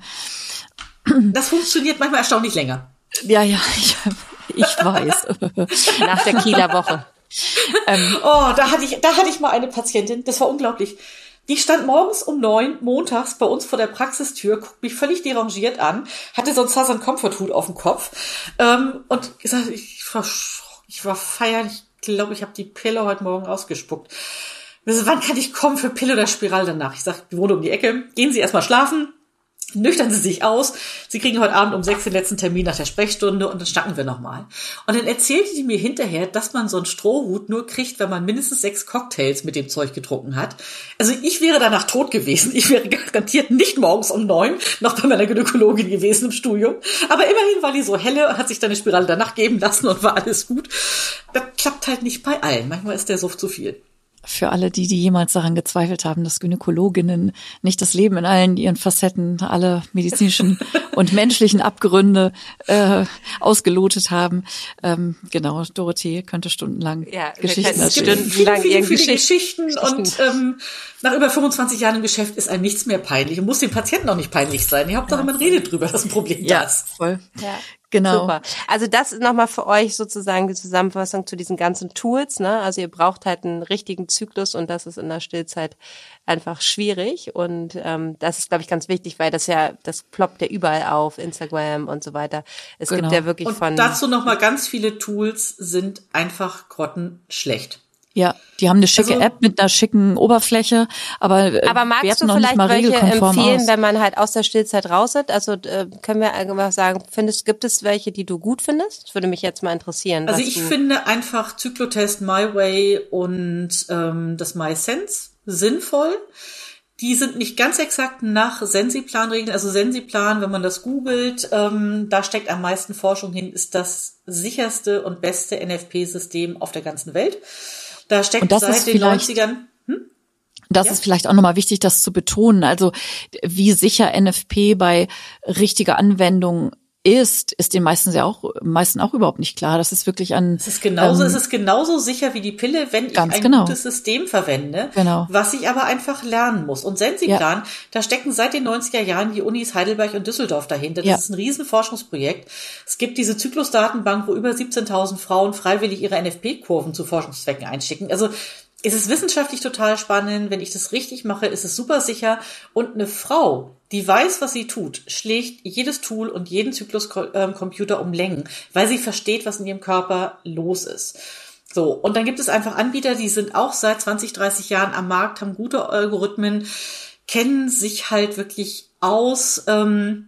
Das funktioniert manchmal erstaunlich länger. Ja, ja, ich, ich weiß. Nach der Kieler Woche. ähm, oh, da hatte ich, da hatte ich mal eine Patientin, das war unglaublich. Die stand morgens um neun, montags bei uns vor der Praxistür, guckt mich völlig derangiert an, hatte so einen Southern Comfort Hut auf dem Kopf ähm, und gesagt, ich war, ich war feiern, ich glaube, ich habe die Pille heute Morgen ausgespuckt. So, wann kann ich kommen für Pille oder Spiral danach? Ich sag, die wohnt um die Ecke, gehen Sie erstmal schlafen. Nüchtern Sie sich aus. Sie kriegen heute Abend um sechs den letzten Termin nach der Sprechstunde und dann schnacken wir nochmal. Und dann erzählte die mir hinterher, dass man so einen Strohhut nur kriegt, wenn man mindestens sechs Cocktails mit dem Zeug getrunken hat. Also ich wäre danach tot gewesen. Ich wäre garantiert nicht morgens um neun noch bei meiner Gynäkologin gewesen im Studium. Aber immerhin war die so helle und hat sich dann eine Spirale danach geben lassen und war alles gut. Das klappt halt nicht bei allen. Manchmal ist der Suff zu viel. Für alle die, die jemals daran gezweifelt haben, dass Gynäkologinnen nicht das Leben in allen ihren Facetten, alle medizinischen und menschlichen Abgründe äh, ausgelotet haben. Ähm, genau, Dorothee könnte stundenlang ja, Geschichten erzählen. Stundenlang viele, viele, viele Geschichten, Geschichten und ähm, nach über fünfundzwanzig Jahren im Geschäft ist einem nichts mehr peinlich und muss dem Patienten auch nicht peinlich sein. Die Hauptsache, ja, man redet drüber, dass ein Problem ja, da ist. Voll. Ja. Genau. Super. Also das ist nochmal für euch sozusagen die Zusammenfassung zu diesen ganzen Tools, ne? Also ihr braucht halt einen richtigen Zyklus und das ist in der Stillzeit einfach schwierig und ähm, das ist, glaube ich, ganz wichtig, weil das ja, das ploppt ja überall auf, Instagram und so weiter. Es genau. gibt ja wirklich und von... dazu nochmal ganz viele Tools sind einfach grottenschlecht. Ja, die haben eine schicke also, App mit einer schicken Oberfläche, aber äh, aber magst du vielleicht welche empfehlen, aus. Wenn man halt aus der Stillzeit raus ist? Also äh, können wir einfach sagen, findest, gibt es welche, die du gut findest? Das würde mich jetzt mal interessieren. Also ich finde einfach Zyklotest MyWay und ähm, das MySense sinnvoll. Die sind nicht ganz exakt nach Sensiplan-Regeln. Also Sensiplan, wenn man das googelt, ähm, da steckt am meisten Forschung hin, ist das sicherste und beste N F P-System auf der ganzen Welt. Da steckt seit den neunzigern. Hm? Das ja. ist vielleicht auch nochmal wichtig, das zu betonen. Also wie sicher N F P bei richtiger Anwendung ist, ist den meisten ja auch, meisten auch überhaupt nicht klar. Das ist wirklich ein. Es ist genauso, ähm, es ist genauso sicher wie die Pille, wenn ich ein genau. gutes System verwende, genau. was ich aber einfach lernen muss. Und Sensiplan, ja. da stecken seit den neunziger Jahren die Unis Heidelberg und Düsseldorf dahinter. Das ja. ist ein riesen Forschungsprojekt. Es gibt diese Zyklusdatenbank, wo über siebzehntausend Frauen freiwillig ihre N F P-Kurven zu Forschungszwecken einschicken. Also es ist wissenschaftlich total spannend. Wenn ich das richtig mache, ist es super sicher. Und eine Frau, die weiß, was sie tut, schlägt jedes Tool und jeden Zykluscomputer um Längen, weil sie versteht, was in ihrem Körper los ist. So, und dann gibt es einfach Anbieter, die sind auch seit zwanzig, dreißig Jahren am Markt, haben gute Algorithmen, kennen sich halt wirklich aus. Ähm,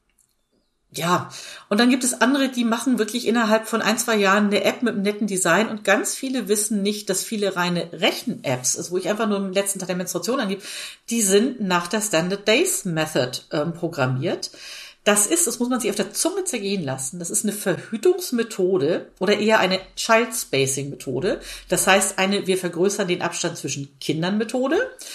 ja, und dann gibt es andere, die machen wirklich innerhalb von ein, zwei Jahren eine App mit einem netten Design und ganz viele wissen nicht, dass viele reine Rechen-Apps, also wo ich einfach nur im letzten Tag der Menstruation angebe, die sind nach der Standard Days Method ähm, programmiert. Das ist, das muss man sich auf der Zunge zergehen lassen, das ist eine Verhütungsmethode oder eher eine Child Spacing Methode. Das heißt eine, wir vergrößern den Abstand zwischen Kindern Methode.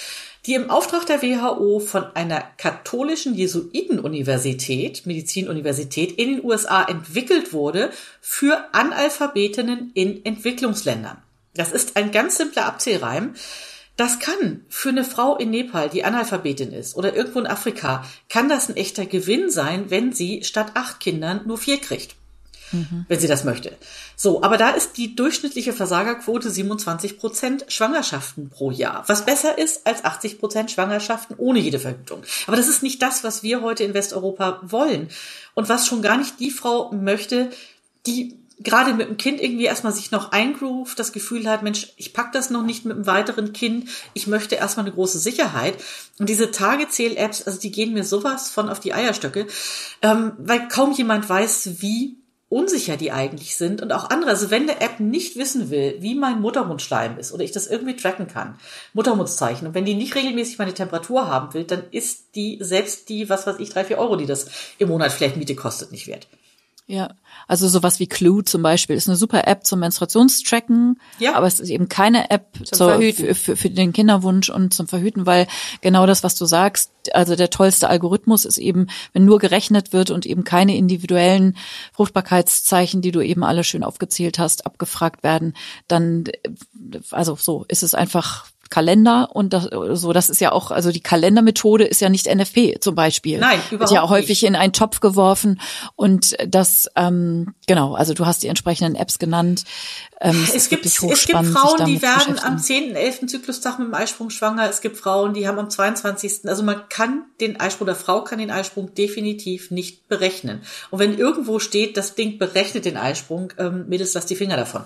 die im Auftrag der W H O von einer katholischen Jesuitenuniversität, Medizinuniversität in den U S A entwickelt wurde für Analphabetinnen in Entwicklungsländern. Das ist ein ganz simpler Abzählreim. Das kann für eine Frau in Nepal, die Analphabetin ist, oder irgendwo in Afrika, kann das ein echter Gewinn sein, wenn sie statt acht Kindern nur vier kriegt. Mhm. Wenn sie das möchte. So, aber da ist die durchschnittliche Versagerquote siebenundzwanzig Prozent Schwangerschaften pro Jahr, was besser ist als achtzig Prozent Schwangerschaften ohne jede Verhütung. Aber das ist nicht das, was wir heute in Westeuropa wollen und was schon gar nicht die Frau möchte, die gerade mit dem Kind irgendwie erstmal sich noch eingroovt, das Gefühl hat, Mensch, ich pack das noch nicht mit einem weiteren Kind, ich möchte erstmal eine große Sicherheit. Und diese Tagezähl-Apps, also die gehen mir sowas von auf die Eierstöcke, ähm, weil kaum jemand weiß, wie unsicher die eigentlich sind und auch andere. Also wenn eine App nicht wissen will, wie mein Muttermundschleim ist oder ich das irgendwie tracken kann, Muttermundszeichen, und wenn die nicht regelmäßig meine Temperatur haben will, dann ist die, selbst die, was weiß ich, drei, vier Euro, die das im Monat vielleicht Miete kostet, nicht wert. Ja, also sowas wie Clue zum Beispiel ist eine super App zum Menstruationstracken, ja. Aber es ist eben keine App zur, für, für, für den Kinderwunsch und zum Verhüten, weil genau das, was du sagst, also der tollste Algorithmus ist eben, wenn nur gerechnet wird und eben keine individuellen Fruchtbarkeitszeichen, die du eben alle schön aufgezählt hast, abgefragt werden, dann, also so ist es einfach Kalender und das, so, das ist ja auch, also die Kalendermethode ist ja nicht N F P zum Beispiel. Nein, überhaupt wird ja häufig nicht. In einen Topf geworfen und das, ähm, genau, also du hast die entsprechenden Apps genannt. Ähm, es, es gibt, es gibt Frauen, die werden am zehnten, elften Zyklustag mit dem Eisprung schwanger. Es gibt Frauen, die haben am zweiundzwanzigsten Also man kann den Eisprung, oder Frau kann den Eisprung definitiv nicht berechnen. Und wenn irgendwo steht, das Ding berechnet den Eisprung, ähm, Mädels, lasst die Finger davon.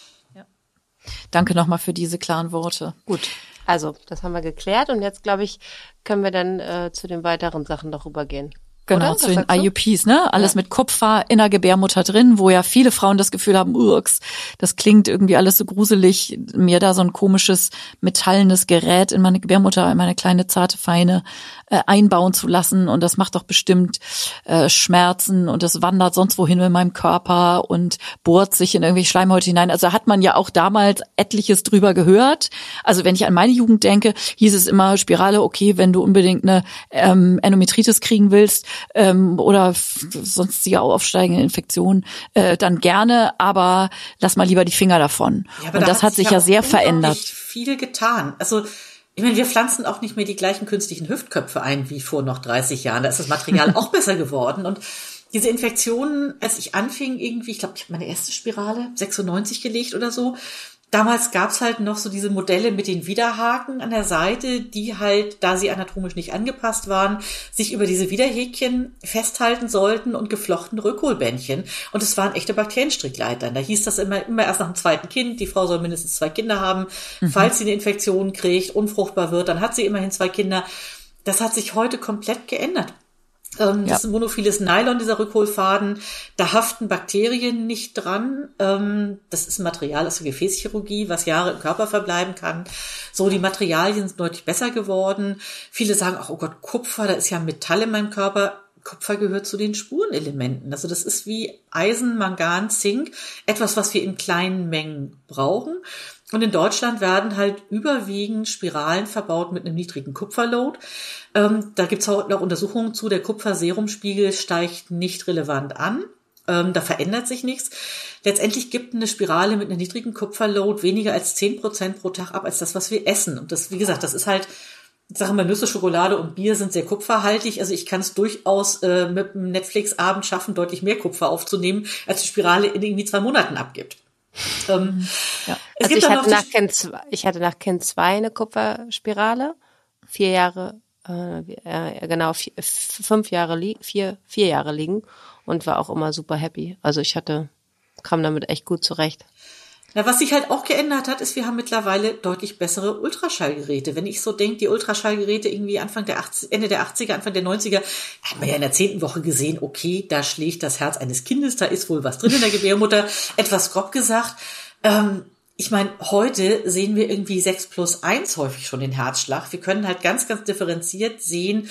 Danke nochmal für diese klaren Worte. Gut, also das haben wir geklärt und jetzt, glaube ich, können wir dann äh, zu den weiteren Sachen noch rübergehen. Genau, zu den I U Ps, ne? Alles ja. Mit Kupfer in der Gebärmutter drin, wo ja viele Frauen das Gefühl haben, Urks, das klingt irgendwie alles so gruselig, mir da so ein komisches metallenes Gerät in meine Gebärmutter, in meine kleine zarte Feine äh, einbauen zu lassen und das macht doch bestimmt äh, Schmerzen und das wandert sonst wohin in meinem Körper und bohrt sich in irgendwelche Schleimhäute hinein. Also hat man ja auch damals etliches drüber gehört. Also wenn ich an meine Jugend denke, hieß es immer Spirale, okay, wenn du unbedingt eine ähm, Endometritis kriegen willst, Ähm, oder f- sonstige aufsteigende Infektionen, äh, dann gerne, aber lass mal lieber die Finger davon. Ja, und das hat sich ja sehr verändert. Viel getan. Also ich meine, wir pflanzen auch nicht mehr die gleichen künstlichen Hüftköpfe ein wie vor noch dreißig Jahren. Da ist das Material auch besser geworden. Und diese Infektionen, als ich anfing irgendwie, ich glaube, ich habe meine erste Spirale sechsundneunzig gelegt oder so. Damals gab's halt noch so diese Modelle mit den Widerhaken an der Seite, die halt, da sie anatomisch nicht angepasst waren, sich über diese Widerhäkchen festhalten sollten und geflochten Rückholbändchen. Und es waren echte Bakterienstrickleitern. Da hieß das immer, immer erst nach dem zweiten Kind, die Frau soll mindestens zwei Kinder haben. Mhm. Falls sie eine Infektion kriegt, unfruchtbar wird, dann hat sie immerhin zwei Kinder. Das hat sich heute komplett geändert. Ähm, ja. Das ist ein monophiles Nylon, dieser Rückholfaden. Da haften Bakterien nicht dran. Ähm, das ist ein Material aus der Gefäßchirurgie, was Jahre im Körper verbleiben kann. So, die Materialien sind deutlich besser geworden. Viele sagen auch, oh Gott, Kupfer, da ist ja Metall in meinem Körper. Kupfer gehört zu den Spurenelementen. Also das ist wie Eisen, Mangan, Zink. Etwas, was wir in kleinen Mengen brauchen. Und in Deutschland werden halt überwiegend Spiralen verbaut mit einem niedrigen Kupferload. Ähm, da gibt's auch noch Untersuchungen zu. Der Kupferserumspiegel steigt nicht relevant an. Ähm, da verändert sich nichts. Letztendlich gibt eine Spirale mit einem niedrigen Kupferload weniger als zehn Prozent pro Tag ab als das, was wir essen. Und das, wie gesagt, das ist halt, ich sage mal, Nüsse, Schokolade und Bier sind sehr kupferhaltig. Also ich kann es durchaus äh, mit einem Netflix-Abend schaffen, deutlich mehr Kupfer aufzunehmen, als die Spirale in irgendwie zwei Monaten abgibt. Ähm, ja. Es also gibt ich, hatte nach kind zwei, ich hatte nach Kind zwei eine Kupferspirale, vier Jahre, äh, äh, genau, vier, fünf Jahre liegen, vier, vier Jahre liegen und war auch immer super happy. Also ich hatte, kam damit echt gut zurecht. Na, was sich halt auch geändert hat, ist, wir haben mittlerweile deutlich bessere Ultraschallgeräte. Wenn ich so denke, die Ultraschallgeräte irgendwie Anfang der achtziger, Ende der achtziger, Anfang der neunziger, hat man ja in der zehnten Woche gesehen, okay, da schlägt das Herz eines Kindes, da ist wohl was drin in der Gebärmutter, etwas grob gesagt. Ähm, ich meine, heute sehen wir irgendwie sechs plus eins häufig schon den Herzschlag. Wir können halt ganz, ganz differenziert sehen,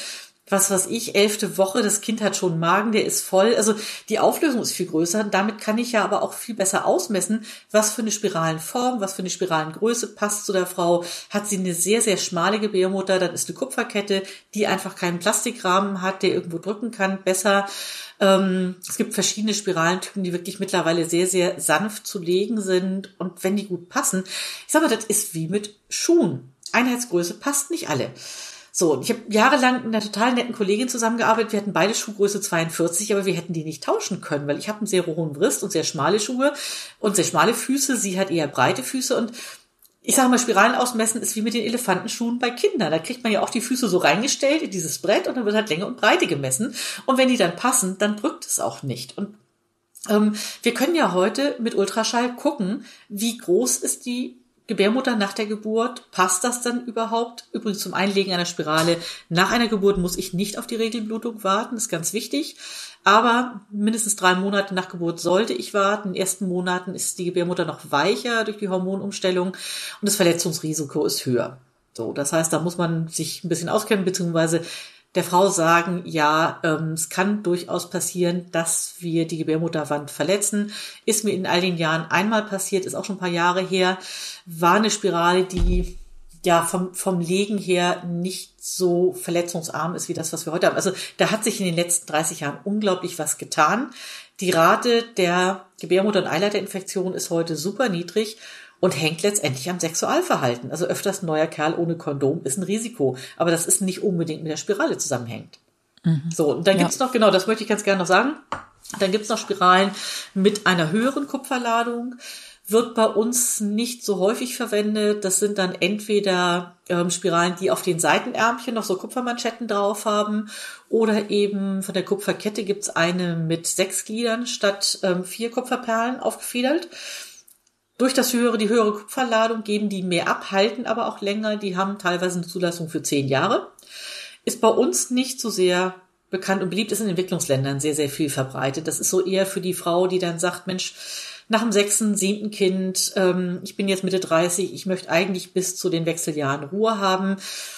was weiß ich, elfte Woche, das Kind hat schon einen Magen, der ist voll. Also die Auflösung ist viel größer. Damit kann ich ja aber auch viel besser ausmessen, was für eine Spiralenform, was für eine Spiralengröße passt zu der Frau. Hat sie eine sehr, sehr schmale Gebärmutter, dann ist eine Kupferkette, die einfach keinen Plastikrahmen hat, der irgendwo drücken kann, besser. Ähm, es gibt verschiedene Spiralentypen, die wirklich mittlerweile sehr, sehr sanft zu legen sind. Und wenn die gut passen, ich sag mal, das ist wie mit Schuhen. Einheitsgröße passt nicht alle. So, ich habe jahrelang mit einer total netten Kollegin zusammengearbeitet. Wir hatten beide Schuhgröße zweiundvierzig, aber wir hätten die nicht tauschen können, weil ich habe einen sehr hohen Wrist und sehr schmale Schuhe und sehr schmale Füße. Sie hat eher breite Füße und ich sage mal, Spiralen ausmessen ist wie mit den Elefantenschuhen bei Kindern. Da kriegt man ja auch die Füße so reingestellt in dieses Brett und dann wird halt Länge und Breite gemessen. Und wenn die dann passen, dann drückt es auch nicht. Und ähm, wir können ja heute mit Ultraschall gucken, wie groß ist die Gebärmutter nach der Geburt, passt das dann überhaupt? Übrigens zum Einlegen einer Spirale nach einer Geburt muss ich nicht auf die Regelblutung warten, ist ganz wichtig. Aber mindestens drei Monate nach Geburt sollte ich warten. In den ersten Monaten ist die Gebärmutter noch weicher durch die Hormonumstellung und das Verletzungsrisiko ist höher. So, das heißt, da muss man sich ein bisschen auskennen, beziehungsweise der Frau sagen, ja, ähm, es kann durchaus passieren, dass wir die Gebärmutterwand verletzen. Ist mir in all den Jahren einmal passiert, ist auch schon ein paar Jahre her, war eine Spirale, die ja vom, vom Legen her nicht so verletzungsarm ist wie das, was wir heute haben. Also da hat sich in den letzten dreißig Jahren unglaublich was getan. Die Rate der Gebärmutter- und Eileiterinfektion ist heute super niedrig und hängt letztendlich am Sexualverhalten. Also öfters ein neuer Kerl ohne Kondom ist ein Risiko. Aber das ist nicht unbedingt mit der Spirale zusammenhängt. Mhm. So, und dann ja. gibt's noch, genau, das möchte ich ganz gerne noch sagen, dann gibt's noch Spiralen mit einer höheren Kupferladung. Wird bei uns nicht so häufig verwendet. Das sind dann entweder ähm, Spiralen, die auf den Seitenärmchen noch so Kupfermanschetten drauf haben oder eben von der Kupferkette gibt's eine mit sechs Gliedern statt ähm, vier Kupferperlen aufgefädelt. Durch das höhere, die höhere Kupferladung geben die mehr ab, halten aber auch länger. Die haben teilweise eine Zulassung für zehn Jahre. Ist bei uns nicht so sehr bekannt und beliebt, ist in Entwicklungsländern sehr, sehr viel verbreitet. Das ist so eher für die Frau, die dann sagt, Mensch, nach dem sechsten, siebten Kind, ähm, ich bin jetzt Mitte dreißig, ich möchte eigentlich bis zu den Wechseljahren Ruhe haben.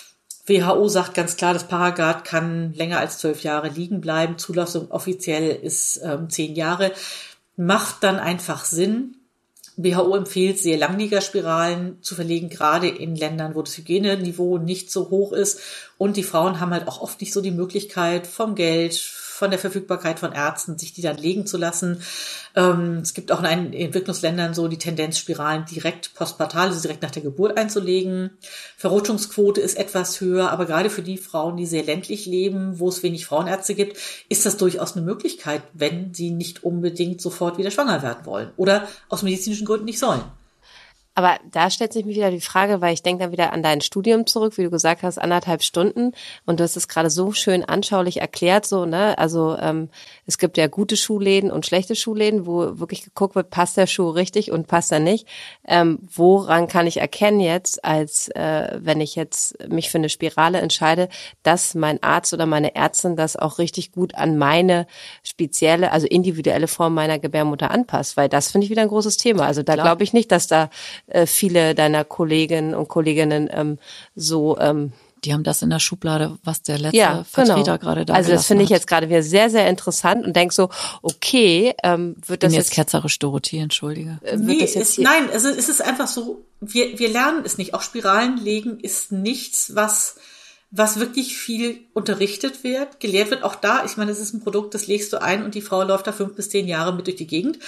W H O sagt ganz klar, das Paragard kann länger als zwölf Jahre liegen bleiben. Zulassung offiziell ist ähm, zehn Jahre. Macht dann einfach Sinn. W H O empfiehlt, sehr Langliegerspiralen zu verlegen, gerade in Ländern, wo das Hygieneniveau nicht so hoch ist. Und die Frauen haben halt auch oft nicht so die Möglichkeit vom Geld, von der Verfügbarkeit von Ärzten, sich die dann legen zu lassen. Ähm, es gibt auch in einigen Entwicklungsländern so die Tendenz, Spiralen direkt postpartal, also direkt nach der Geburt einzulegen. Verrutschungsquote ist etwas höher, aber gerade für die Frauen, die sehr ländlich leben, wo es wenig Frauenärzte gibt, ist das durchaus eine Möglichkeit, wenn sie nicht unbedingt sofort wieder schwanger werden wollen oder aus medizinischen Gründen nicht sollen. Aber da stellt sich mir wieder die Frage, weil ich denke dann wieder an dein Studium zurück, wie du gesagt hast, anderthalb Stunden. Und du hast es gerade so schön anschaulich erklärt, so, ne? Also ähm, es gibt ja gute Schuhläden und schlechte Schuhläden, wo wirklich geguckt wird, passt der Schuh richtig und passt er nicht. Ähm, woran kann ich erkennen jetzt, als äh, wenn ich jetzt mich für eine Spirale entscheide, dass mein Arzt oder meine Ärztin das auch richtig gut an meine spezielle, also individuelle Form meiner Gebärmutter anpasst? Weil das finde ich wieder ein großes Thema. Also da glaube ich nicht, dass da viele deiner Kolleginnen und Kolleginnen ähm, so ähm, die haben das in der Schublade, was der letzte ja, Vertreter genau. gerade da Also das finde ich jetzt gerade wieder sehr, sehr interessant und denke so, okay, ähm, wird das ich bin jetzt jetzt ketzerisch, Dorothee, entschuldige. Äh, nee, das jetzt ist, nein, also es ist einfach so, wir wir lernen es nicht. Auch Spiralen legen ist nichts, was was wirklich viel unterrichtet wird, gelehrt wird. Auch da, ich meine, es ist ein Produkt, das legst du ein und die Frau läuft da fünf bis zehn Jahre mit durch die Gegend.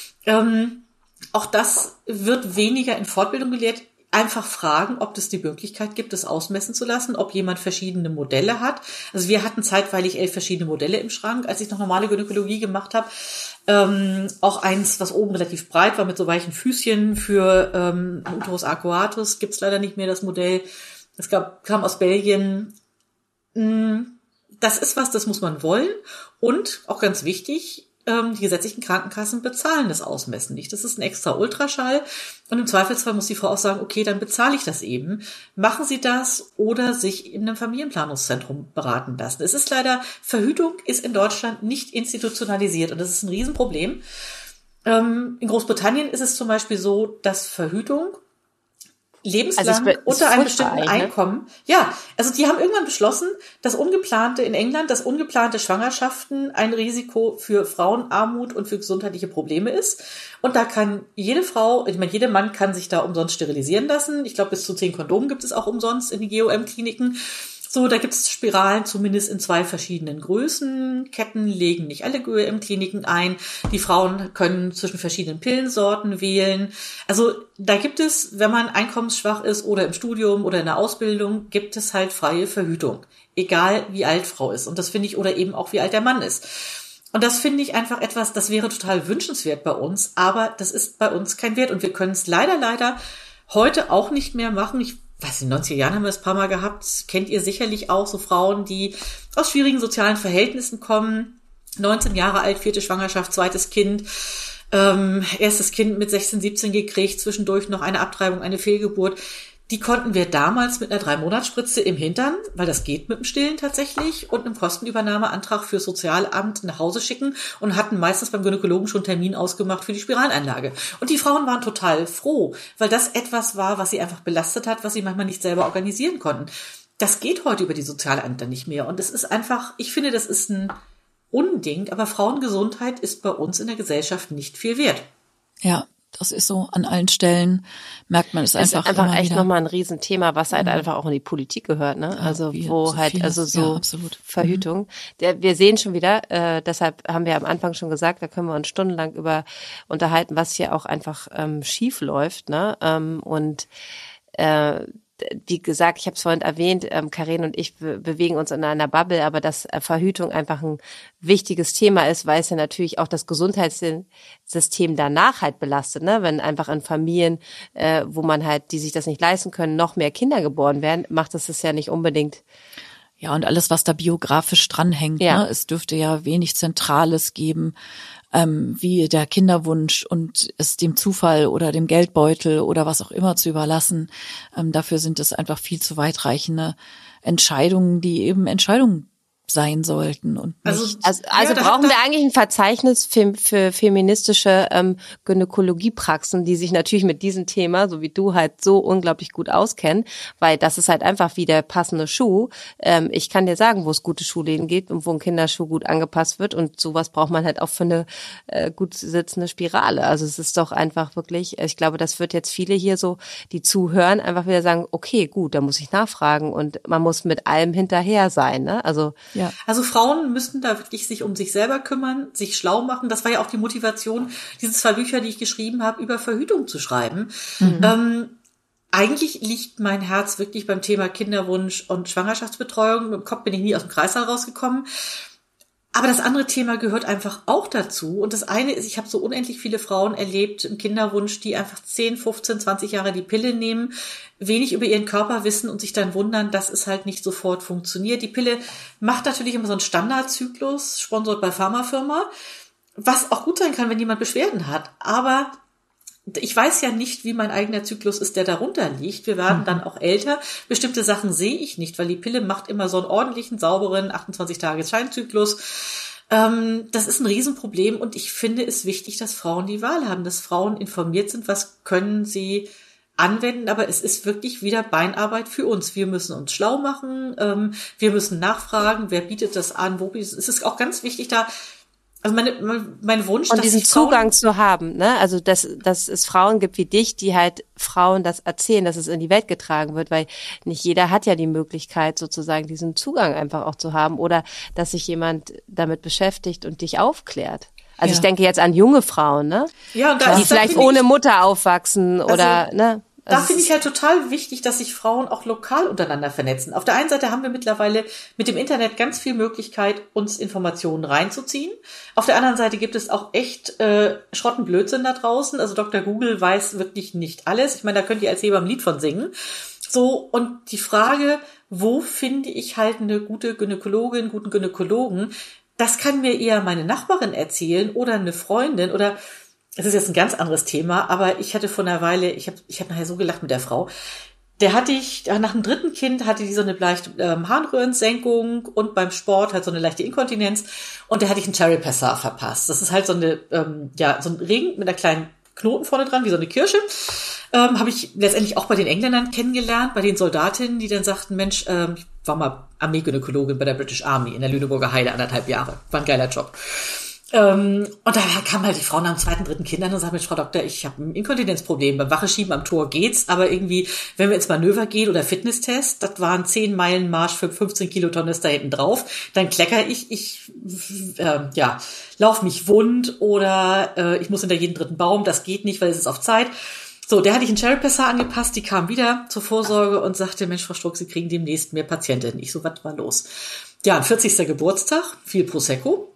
Ähm, Auch das wird weniger in Fortbildung gelehrt. Einfach fragen, ob es die Möglichkeit gibt, das ausmessen zu lassen, ob jemand verschiedene Modelle hat. Also wir hatten zeitweilig elf verschiedene Modelle im Schrank, als ich noch normale Gynäkologie gemacht habe. Ähm, auch eins, was oben relativ breit war mit so weichen Füßchen für ähm, Uterus arcuatus. Gibt's leider nicht mehr das Modell. Es gab, kam aus Belgien. Das ist was, das muss man wollen. Und auch ganz wichtig, die gesetzlichen Krankenkassen bezahlen das Ausmessen nicht. Das ist ein extra Ultraschall und im Zweifelsfall muss die Frau auch sagen, okay, dann bezahle ich das eben. Machen Sie das oder sich in einem Familienplanungszentrum beraten lassen. Es ist leider, Verhütung ist in Deutschland nicht institutionalisiert und das ist ein Riesenproblem. In Großbritannien ist es zum Beispiel so, dass Verhütung lebenslang also unter einem bestimmten Einkommen. Ne? Ja, also die haben irgendwann beschlossen, dass ungeplante in England, dass ungeplante Schwangerschaften ein Risiko für Frauenarmut und für gesundheitliche Probleme ist. Und da kann jede Frau, ich meine, jeder Mann kann sich da umsonst sterilisieren lassen. Ich glaube, bis zu zehn Kondomen gibt es auch umsonst in den G O M-Kliniken. So, da gibt es Spiralen zumindest in zwei verschiedenen Größen. Ketten legen nicht alle G O M-Kliniken ein. Die Frauen können zwischen verschiedenen Pillensorten wählen. Also da gibt es, wenn man einkommensschwach ist oder im Studium oder in der Ausbildung, gibt es halt freie Verhütung. Egal wie alt Frau ist. Und das finde ich, oder eben auch wie alt der Mann ist. Und das finde ich einfach etwas, das wäre total wünschenswert bei uns. Aber das ist bei uns kein Wert. Und wir können es leider, leider heute auch nicht mehr machen. Ich weiß, in den neunziger Jahren haben wir es ein paar Mal gehabt, kennt ihr sicherlich auch, so Frauen, die aus schwierigen sozialen Verhältnissen kommen, neunzehn Jahre alt, vierte Schwangerschaft, zweites Kind, ähm, erstes Kind mit sechzehn, siebzehn gekriegt, zwischendurch noch eine Abtreibung, eine Fehlgeburt. Die konnten wir damals mit einer Drei-Monats-Spritze im Hintern, weil das geht mit dem Stillen tatsächlich, und einem Kostenübernahmeantrag für Sozialamt nach Hause schicken und hatten meistens beim Gynäkologen schon Termin ausgemacht für die Spiralanlage. Und die Frauen waren total froh, weil das etwas war, was sie einfach belastet hat, was sie manchmal nicht selber organisieren konnten. Das geht heute über die Sozialämter nicht mehr. Und es ist einfach, ich finde, das ist ein Unding, aber Frauengesundheit ist bei uns in der Gesellschaft nicht viel wert. Ja. Das ist so, an allen Stellen merkt man es das einfach. Das ist einfach immer echt wieder. Nochmal ein Riesenthema, was halt mhm. einfach auch in die Politik gehört, ne? Also ja, wo so halt, vieles. also so ja, absolut. Verhütung. Der, wir sehen schon wieder, äh, deshalb haben wir am Anfang schon gesagt, da können wir uns stundenlang über unterhalten, was hier auch einfach ähm, schief läuft, ne? Ähm, und äh, wie gesagt, ich habe es vorhin erwähnt, ähm, Karin und ich be- bewegen uns in einer Bubble, aber dass äh, Verhütung einfach ein wichtiges Thema ist, weil es ja natürlich auch das Gesundheitssystem danach halt belastet, ne? Wenn einfach in Familien, äh, wo man halt, die sich das nicht leisten können, noch mehr Kinder geboren werden, macht es das ja nicht unbedingt. Ja, und alles, was da biografisch dranhängt, ja. ne? Es dürfte ja wenig Zentrales geben, ähm, wie der Kinderwunsch und es dem Zufall oder dem Geldbeutel oder was auch immer zu überlassen. Ähm, dafür sind es einfach viel zu weitreichende Entscheidungen, die eben Entscheidungen sein sollten und nicht. Also, also, also ja, brauchen wir eigentlich ein Verzeichnis für, für feministische ähm, Gynäkologiepraxen, die sich natürlich mit diesem Thema, so wie du, halt so unglaublich gut auskennen, weil das ist halt einfach wie der passende Schuh. Ähm, ich kann dir sagen, wo es gute Schuhläden gibt und wo ein Kinderschuh gut angepasst wird, und sowas braucht man halt auch für eine äh, gut sitzende Spirale. Also es ist doch einfach wirklich, ich glaube, das wird jetzt viele hier so, die zuhören, einfach wieder sagen, okay, gut, da muss ich nachfragen, und man muss mit allem hinterher sein, ne? Also Ja. Also Frauen müssten da wirklich sich um sich selber kümmern, sich schlau machen. Das war ja auch die Motivation, diese zwei Bücher, die ich geschrieben habe, über Verhütung zu schreiben. Mhm. Ähm, eigentlich liegt mein Herz wirklich beim Thema Kinderwunsch und Schwangerschaftsbetreuung. Im Kopf bin ich nie aus dem Kreißsaal rausgekommen. Aber das andere Thema gehört einfach auch dazu. Und das eine ist, ich habe so unendlich viele Frauen erlebt im Kinderwunsch, die einfach zehn, fünfzehn, zwanzig Jahre die Pille nehmen, wenig über ihren Körper wissen und sich dann wundern, dass es halt nicht sofort funktioniert. Die Pille macht natürlich immer so einen Standardzyklus, sponsort bei Pharmafirma, was auch gut sein kann, wenn jemand Beschwerden hat. Aber ich weiß ja nicht, wie mein eigener Zyklus ist, der darunter liegt. Wir werden mhm. dann auch älter. Bestimmte Sachen sehe ich nicht, weil die Pille macht immer so einen ordentlichen, sauberen achtundzwanzig Tage Scheinzyklus. Ähm, das ist ein Riesenproblem, und ich finde es wichtig, dass Frauen die Wahl haben, dass Frauen informiert sind, was können sie anwenden, aber es ist wirklich wieder Beinarbeit für uns. Wir müssen uns schlau machen, ähm, wir müssen nachfragen, wer bietet das an, wo bietet es. Es ist auch ganz wichtig, da Also meine, mein, mein Wunsch, und dass diesen Frauen Zugang zu haben, ne? Also dass dass es Frauen gibt wie dich, die halt Frauen das erzählen, dass es in die Welt getragen wird, weil nicht jeder hat ja die Möglichkeit, sozusagen diesen Zugang einfach auch zu haben, oder dass sich jemand damit beschäftigt und dich aufklärt. Also ja. ich denke jetzt an junge Frauen, ne? Ja, und da die ist, vielleicht ohne Mutter aufwachsen oder also, ne? Da finde ich halt total wichtig, dass sich Frauen auch lokal untereinander vernetzen. Auf der einen Seite haben wir mittlerweile mit dem Internet ganz viel Möglichkeit, uns Informationen reinzuziehen. Auf der anderen Seite gibt es auch echt äh, Schrottenblödsinn da draußen. Also Doktor Google weiß wirklich nicht alles. Ich meine, da könnt ihr als Hebamme ein Lied von singen. So, und die Frage, wo finde ich halt eine gute Gynäkologin, guten Gynäkologen, das kann mir eher meine Nachbarin erzählen oder eine Freundin oder es ist jetzt ein ganz anderes Thema, aber ich hatte vor einer Weile, ich habe ich hab nachher so gelacht mit der Frau, der hatte ich, nach dem dritten Kind hatte die so eine leichte ähm, Harnröhrensenkung und beim Sport halt so eine leichte Inkontinenz, und der hatte ich einen Cherry Passar verpasst. Das ist halt so eine, ähm, ja, so ein Ring mit einer kleinen Knoten vorne dran, wie so eine Kirsche. Ähm, habe ich letztendlich auch bei den Engländern kennengelernt, bei den Soldatinnen, die dann sagten, Mensch, ähm, ich war mal Armeegynäkologin bei der British Army in der Lüneburger Heide, anderthalb Jahre. War ein geiler Job. Ähm, und da kamen halt die Frauen nach dem zweiten, dritten Kindern und sagten, Mensch, Frau Doktor, ich habe ein Inkontinenzproblem. Beim Wacheschieben am Tor geht's, aber irgendwie, wenn wir ins Manöver gehen oder Fitnesstest, das waren zehn Meilen Marsch für fünfzehn Kilotonnen ist da hinten drauf, dann klecker ich, ich äh, ja, lauf mich wund oder äh, ich muss hinter jeden dritten Baum, das geht nicht, weil es ist auf Zeit. So, der hatte ich einen Cherry-Passer angepasst, die kam wieder zur Vorsorge und sagte, Mensch, Frau Struck, Sie kriegen demnächst mehr Patientinnen. Ich so, was war los? Ja, ein vierzigster Geburtstag, viel Prosecco.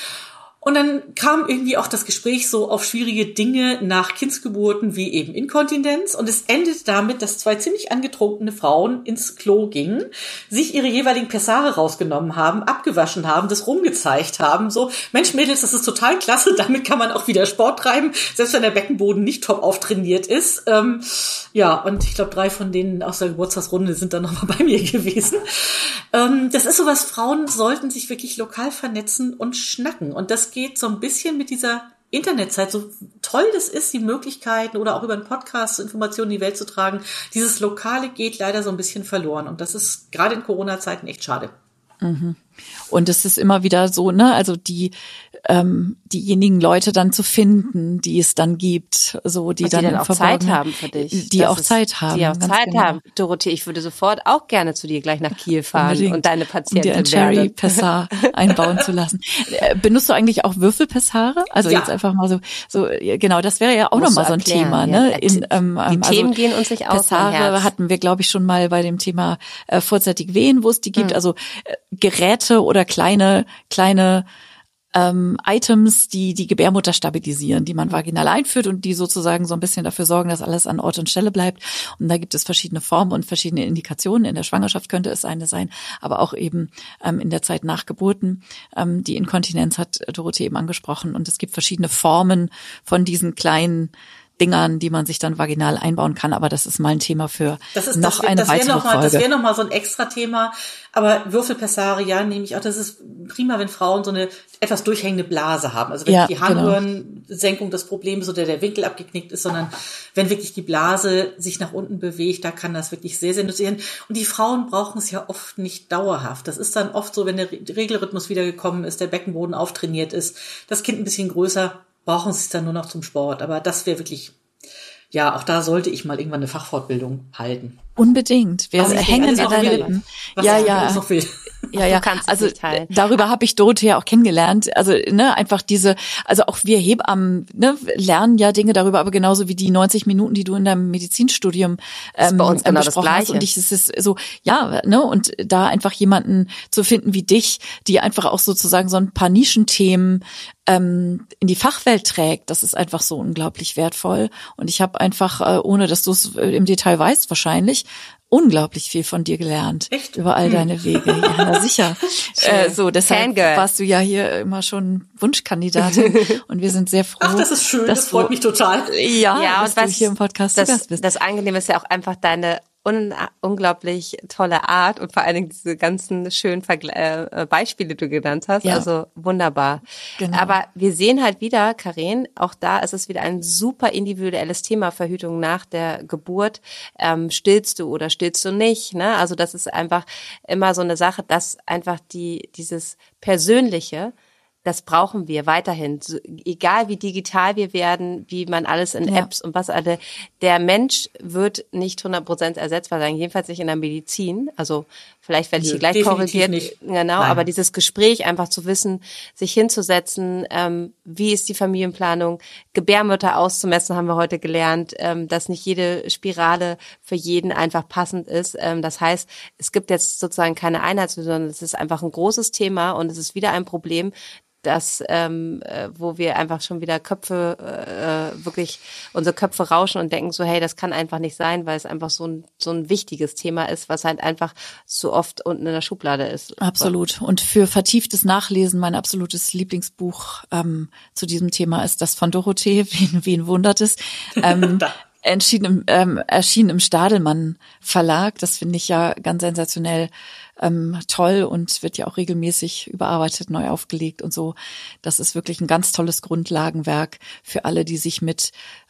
Und dann kam irgendwie auch das Gespräch so auf schwierige Dinge nach Kindsgeburten wie eben Inkontinenz. Und es endete damit, dass zwei ziemlich angetrunkene Frauen ins Klo gingen, sich ihre jeweiligen Pessare rausgenommen haben, abgewaschen haben, das rumgezeigt haben. So, Mensch, Mädels, das ist total klasse. Damit kann man auch wieder Sport treiben, selbst wenn der Beckenboden nicht top auftrainiert ist. Ähm, ja, und ich glaube, drei von denen aus der Geburtstagsrunde sind dann nochmal bei mir gewesen. Ähm, das ist sowas, Frauen sollten sich wirklich lokal vernetzen und schnacken. Und das geht so ein bisschen mit dieser Internetzeit, so toll das ist, die Möglichkeiten oder auch über einen Podcast Informationen in die Welt zu tragen. Dieses Lokale geht leider so ein bisschen verloren und das ist gerade in Corona-Zeiten echt schade. Mhm. Und es ist immer wieder so, ne, also die ähm, diejenigen Leute dann zu finden, die es dann gibt, so die, die dann, dann auch Zeit haben für dich, die auch Zeit haben, die auch Zeit genau. haben. Dorothee, ich würde sofort auch gerne zu dir gleich nach Kiel fahren Unbedingt. Und deine Patientin um dir ein Cherry-Pessar einbauen zu lassen. Benutzt du eigentlich auch Würfelpessare? Also ja. Jetzt einfach mal so, so genau, das wäre ja auch nochmal so ein Thema, ja. Ne? In, ähm, die also Themen gehen uns nicht aus. Pessare hatten wir, glaube ich, schon mal bei dem Thema äh, vorzeitig Wehen, wo es die gibt. Hm. Also äh, Geräte oder kleine kleine ähm, Items, die die Gebärmutter stabilisieren, die man vaginal einführt und die sozusagen so ein bisschen dafür sorgen, dass alles an Ort und Stelle bleibt. Und da gibt es verschiedene Formen und verschiedene Indikationen. In der Schwangerschaft könnte es eine sein, aber auch eben ähm, in der Zeit nach Geburten. Ähm, die Inkontinenz hat Dorothee eben angesprochen. Und es gibt verschiedene Formen von diesen kleinen Dingern, die man sich dann vaginal einbauen kann, aber das ist mal ein Thema für das ist, noch das wär, eine das wär weitere noch mal, Folge. Das wäre noch mal so ein extra Thema, aber Würfelpessare, ja, nehme ich auch, das ist prima, wenn Frauen so eine etwas durchhängende Blase haben, also wenn ja, die Harnröhrensenkung das Problem ist oder der Winkel abgeknickt ist, sondern wenn wirklich die Blase sich nach unten bewegt, da kann das wirklich sehr, sehr nützlich sein. Und die Frauen brauchen es ja oft nicht dauerhaft. Das ist dann oft so, wenn der Regelrhythmus wiedergekommen ist, der Beckenboden auftrainiert ist, das Kind ein bisschen größer, brauchen sie es dann nur noch zum Sport. Aber das wäre wirklich, ja, auch da sollte ich mal irgendwann eine Fachfortbildung halten. Unbedingt. Wir also hängen an deinen Lippen. Was ja, ich ja. noch will. Ja, ja. Also darüber habe ich Dorothee ja auch kennengelernt. Also ne, einfach diese, also auch wir Hebammen ne, lernen ja Dinge darüber, aber genauso wie die neunzig Minuten, die du in deinem Medizinstudium ähm, ist bei uns genau besprochen das Gleiche. Hast. Und ich, es ist so, ja, ne, und da einfach jemanden zu finden wie dich, die einfach auch sozusagen so ein paar Nischenthemen ähm, in die Fachwelt trägt, das ist einfach so unglaublich wertvoll. Und ich habe einfach, äh, ohne dass du es im Detail weißt wahrscheinlich, unglaublich viel von dir gelernt. Echt? Über all deine Wege. Ja, na sicher. äh, so, deshalb Fangirl. Warst du ja hier immer schon Wunschkandidatin und wir sind sehr froh. Ach, das ist schön, das freut mich total. Ja, ja dass und was, du hier im Podcast das, zu Gast bist. Das Angenehme ist ja auch einfach deine un unglaublich tolle Art und vor allen Dingen diese ganzen schönen Vergle äh, Beispiele, die du genannt hast. Ja. Also wunderbar. Genau. Aber wir sehen halt wieder, Karin, auch da ist es wieder ein super individuelles Thema, Verhütung nach der Geburt. Ähm, stillst du oder stillst du nicht? Ne? Also das ist einfach immer so eine Sache, dass einfach die dieses Persönliche, das brauchen wir weiterhin. So, egal wie digital wir werden, wie man alles in ja. Apps und was alle. Der Mensch wird nicht hundert Prozent ersetzbar sein, jedenfalls nicht in der Medizin. Also vielleicht werde ich hier gleich korrigiert. Nicht. Genau, Nein. Aber dieses Gespräch einfach zu wissen, sich hinzusetzen, ähm, wie ist die Familienplanung, Gebärmutter auszumessen, haben wir heute gelernt, ähm, dass nicht jede Spirale für jeden einfach passend ist. Ähm, das heißt, es gibt jetzt sozusagen keine Einheitslösung, sondern es ist einfach ein großes Thema und es ist wieder ein Problem, das, ähm, äh, wo wir einfach schon wieder Köpfe, äh, wirklich unsere Köpfe rauschen und denken so, hey, das kann einfach nicht sein, weil es einfach so ein so ein wichtiges Thema ist, was halt einfach so oft unten in der Schublade ist. Absolut. Und für vertieftes Nachlesen, mein absolutes Lieblingsbuch ähm, zu diesem Thema ist das von Dorothee, wen, wen wundert es? Ähm, Erschienen im, ähm, erschien im Stadelmann Verlag. Das finde ich ja ganz sensationell ähm, toll und wird ja auch regelmäßig überarbeitet, neu aufgelegt und so. Das ist wirklich ein ganz tolles Grundlagenwerk für alle, die sich mit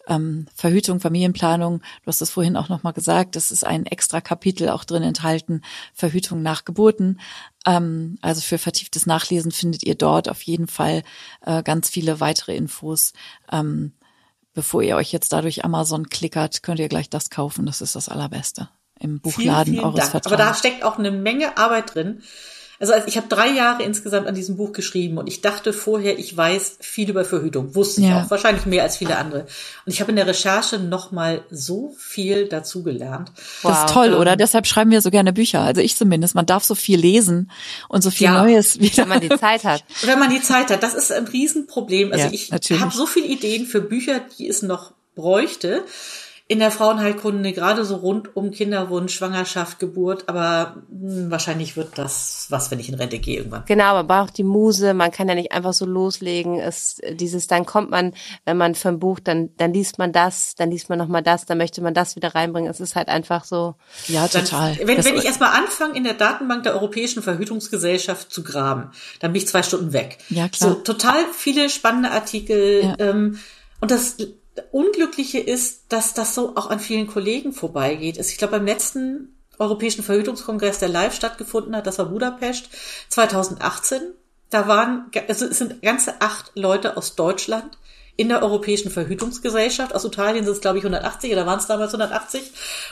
ähm, Verhütung, Familienplanung. Du hast es vorhin auch nochmal gesagt, es ist ein extra Kapitel auch drin enthalten, Verhütung nach Geburten. Ähm, also für vertieftes Nachlesen findet ihr dort auf jeden Fall äh, ganz viele weitere Infos. Ähm, bevor ihr euch jetzt da durch Amazon klickert, könnt ihr gleich das kaufen. Das ist das Allerbeste. Im Buchladen vielen, vielen eures Dank. Vertrauens. Aber da steckt auch eine Menge Arbeit drin. Also ich habe drei Jahre insgesamt an diesem Buch geschrieben und ich dachte vorher, ich weiß viel über Verhütung. Wusste ich ja. auch, wahrscheinlich mehr als viele andere. Und ich habe in der Recherche nochmal so viel dazugelernt. Wow. Das ist toll, ähm, oder? Deshalb schreiben wir so gerne Bücher. Also ich zumindest. Man darf so viel lesen und so viel ja, Neues wieder. Wenn man die Zeit hat. Wenn man die Zeit hat. Das ist ein Riesenproblem. Also ja, ich habe so viele Ideen für Bücher, die es noch bräuchte. In der Frauenheilkunde, gerade so rund um Kinderwunsch, Schwangerschaft, Geburt, aber mh, wahrscheinlich wird das was, wenn ich in Rente gehe irgendwann. Genau, aber braucht die Muse, man kann ja nicht einfach so loslegen. Es, dieses, dann kommt man, wenn man für ein Buch, dann, dann liest man das, dann liest man nochmal das, dann möchte man das wieder reinbringen. Es ist halt einfach so. Ja, total. Dann, wenn, wenn ich erstmal anfange, in der Datenbank der Europäischen Verhütungsgesellschaft zu graben, dann bin ich zwei Stunden weg. Ja, klar. So, total viele spannende Artikel, ja. ähm, und das Unglückliche ist, dass das so auch an vielen Kollegen vorbeigeht. Ich glaube, beim letzten Europäischen Verhütungskongress, der live stattgefunden hat, das war Budapest zwanzig achtzehn, da waren, also es sind ganze acht Leute aus Deutschland in der Europäischen Verhütungsgesellschaft. Aus Italien sind es, glaube ich, hundertachtzig oder waren es damals hundertachtzig.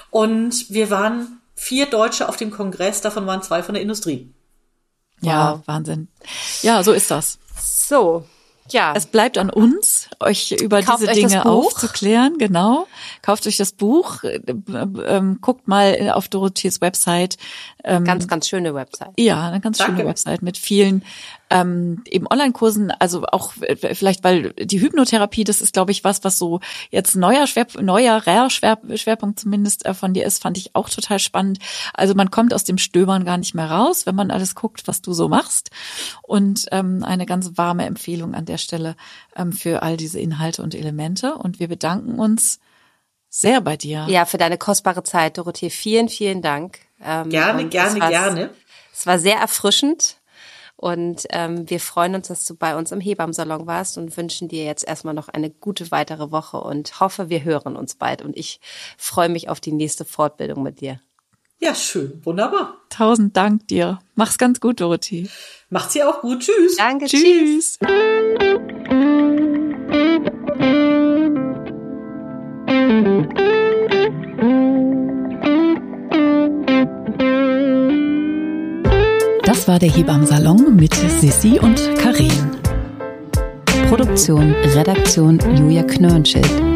Und wir waren vier Deutsche auf dem Kongress, davon waren zwei von der Industrie. Ja, wow. Wahnsinn. Ja, so ist das. So. Ja. Es bleibt an uns, euch über Kauft diese Dinge aufzuklären. Genau. Kauft euch das Buch, ähm, guckt mal auf Dorothees Website. Ähm, ganz, ganz schöne Website. Ja, eine ganz Danke. schöne Website mit vielen ähm, eben Online-Kursen. Also auch vielleicht, weil die Hypnotherapie, das ist, glaube ich, was, was so jetzt neuer Schwer, neuer Schwer, Schwerpunkt zumindest äh, von dir ist, fand ich auch total spannend. Also man kommt aus dem Stöbern gar nicht mehr raus, wenn man alles guckt, was du so machst. Und ähm, eine ganz warme Empfehlung an der Stelle ähm, für all diese Inhalte und Elemente. Und wir bedanken uns sehr bei dir. Ja, für deine kostbare Zeit, Dorothee. Vielen, vielen Dank. Ähm, gerne, gerne, gerne. Es war sehr erfrischend und ähm, wir freuen uns, dass du bei uns im Hebammensalon warst und wünschen dir jetzt erstmal noch eine gute weitere Woche und hoffe, wir hören uns bald. Und ich freue mich auf die nächste Fortbildung mit dir. Ja, schön. Wunderbar. Tausend Dank dir. Mach's ganz gut, Dorothee. Macht's dir auch gut. Tschüss. Danke, tschüss. tschüss. Das war der Hebammensalon mit Sissi und Karin. Produktion, Redaktion Julia Knörnschild.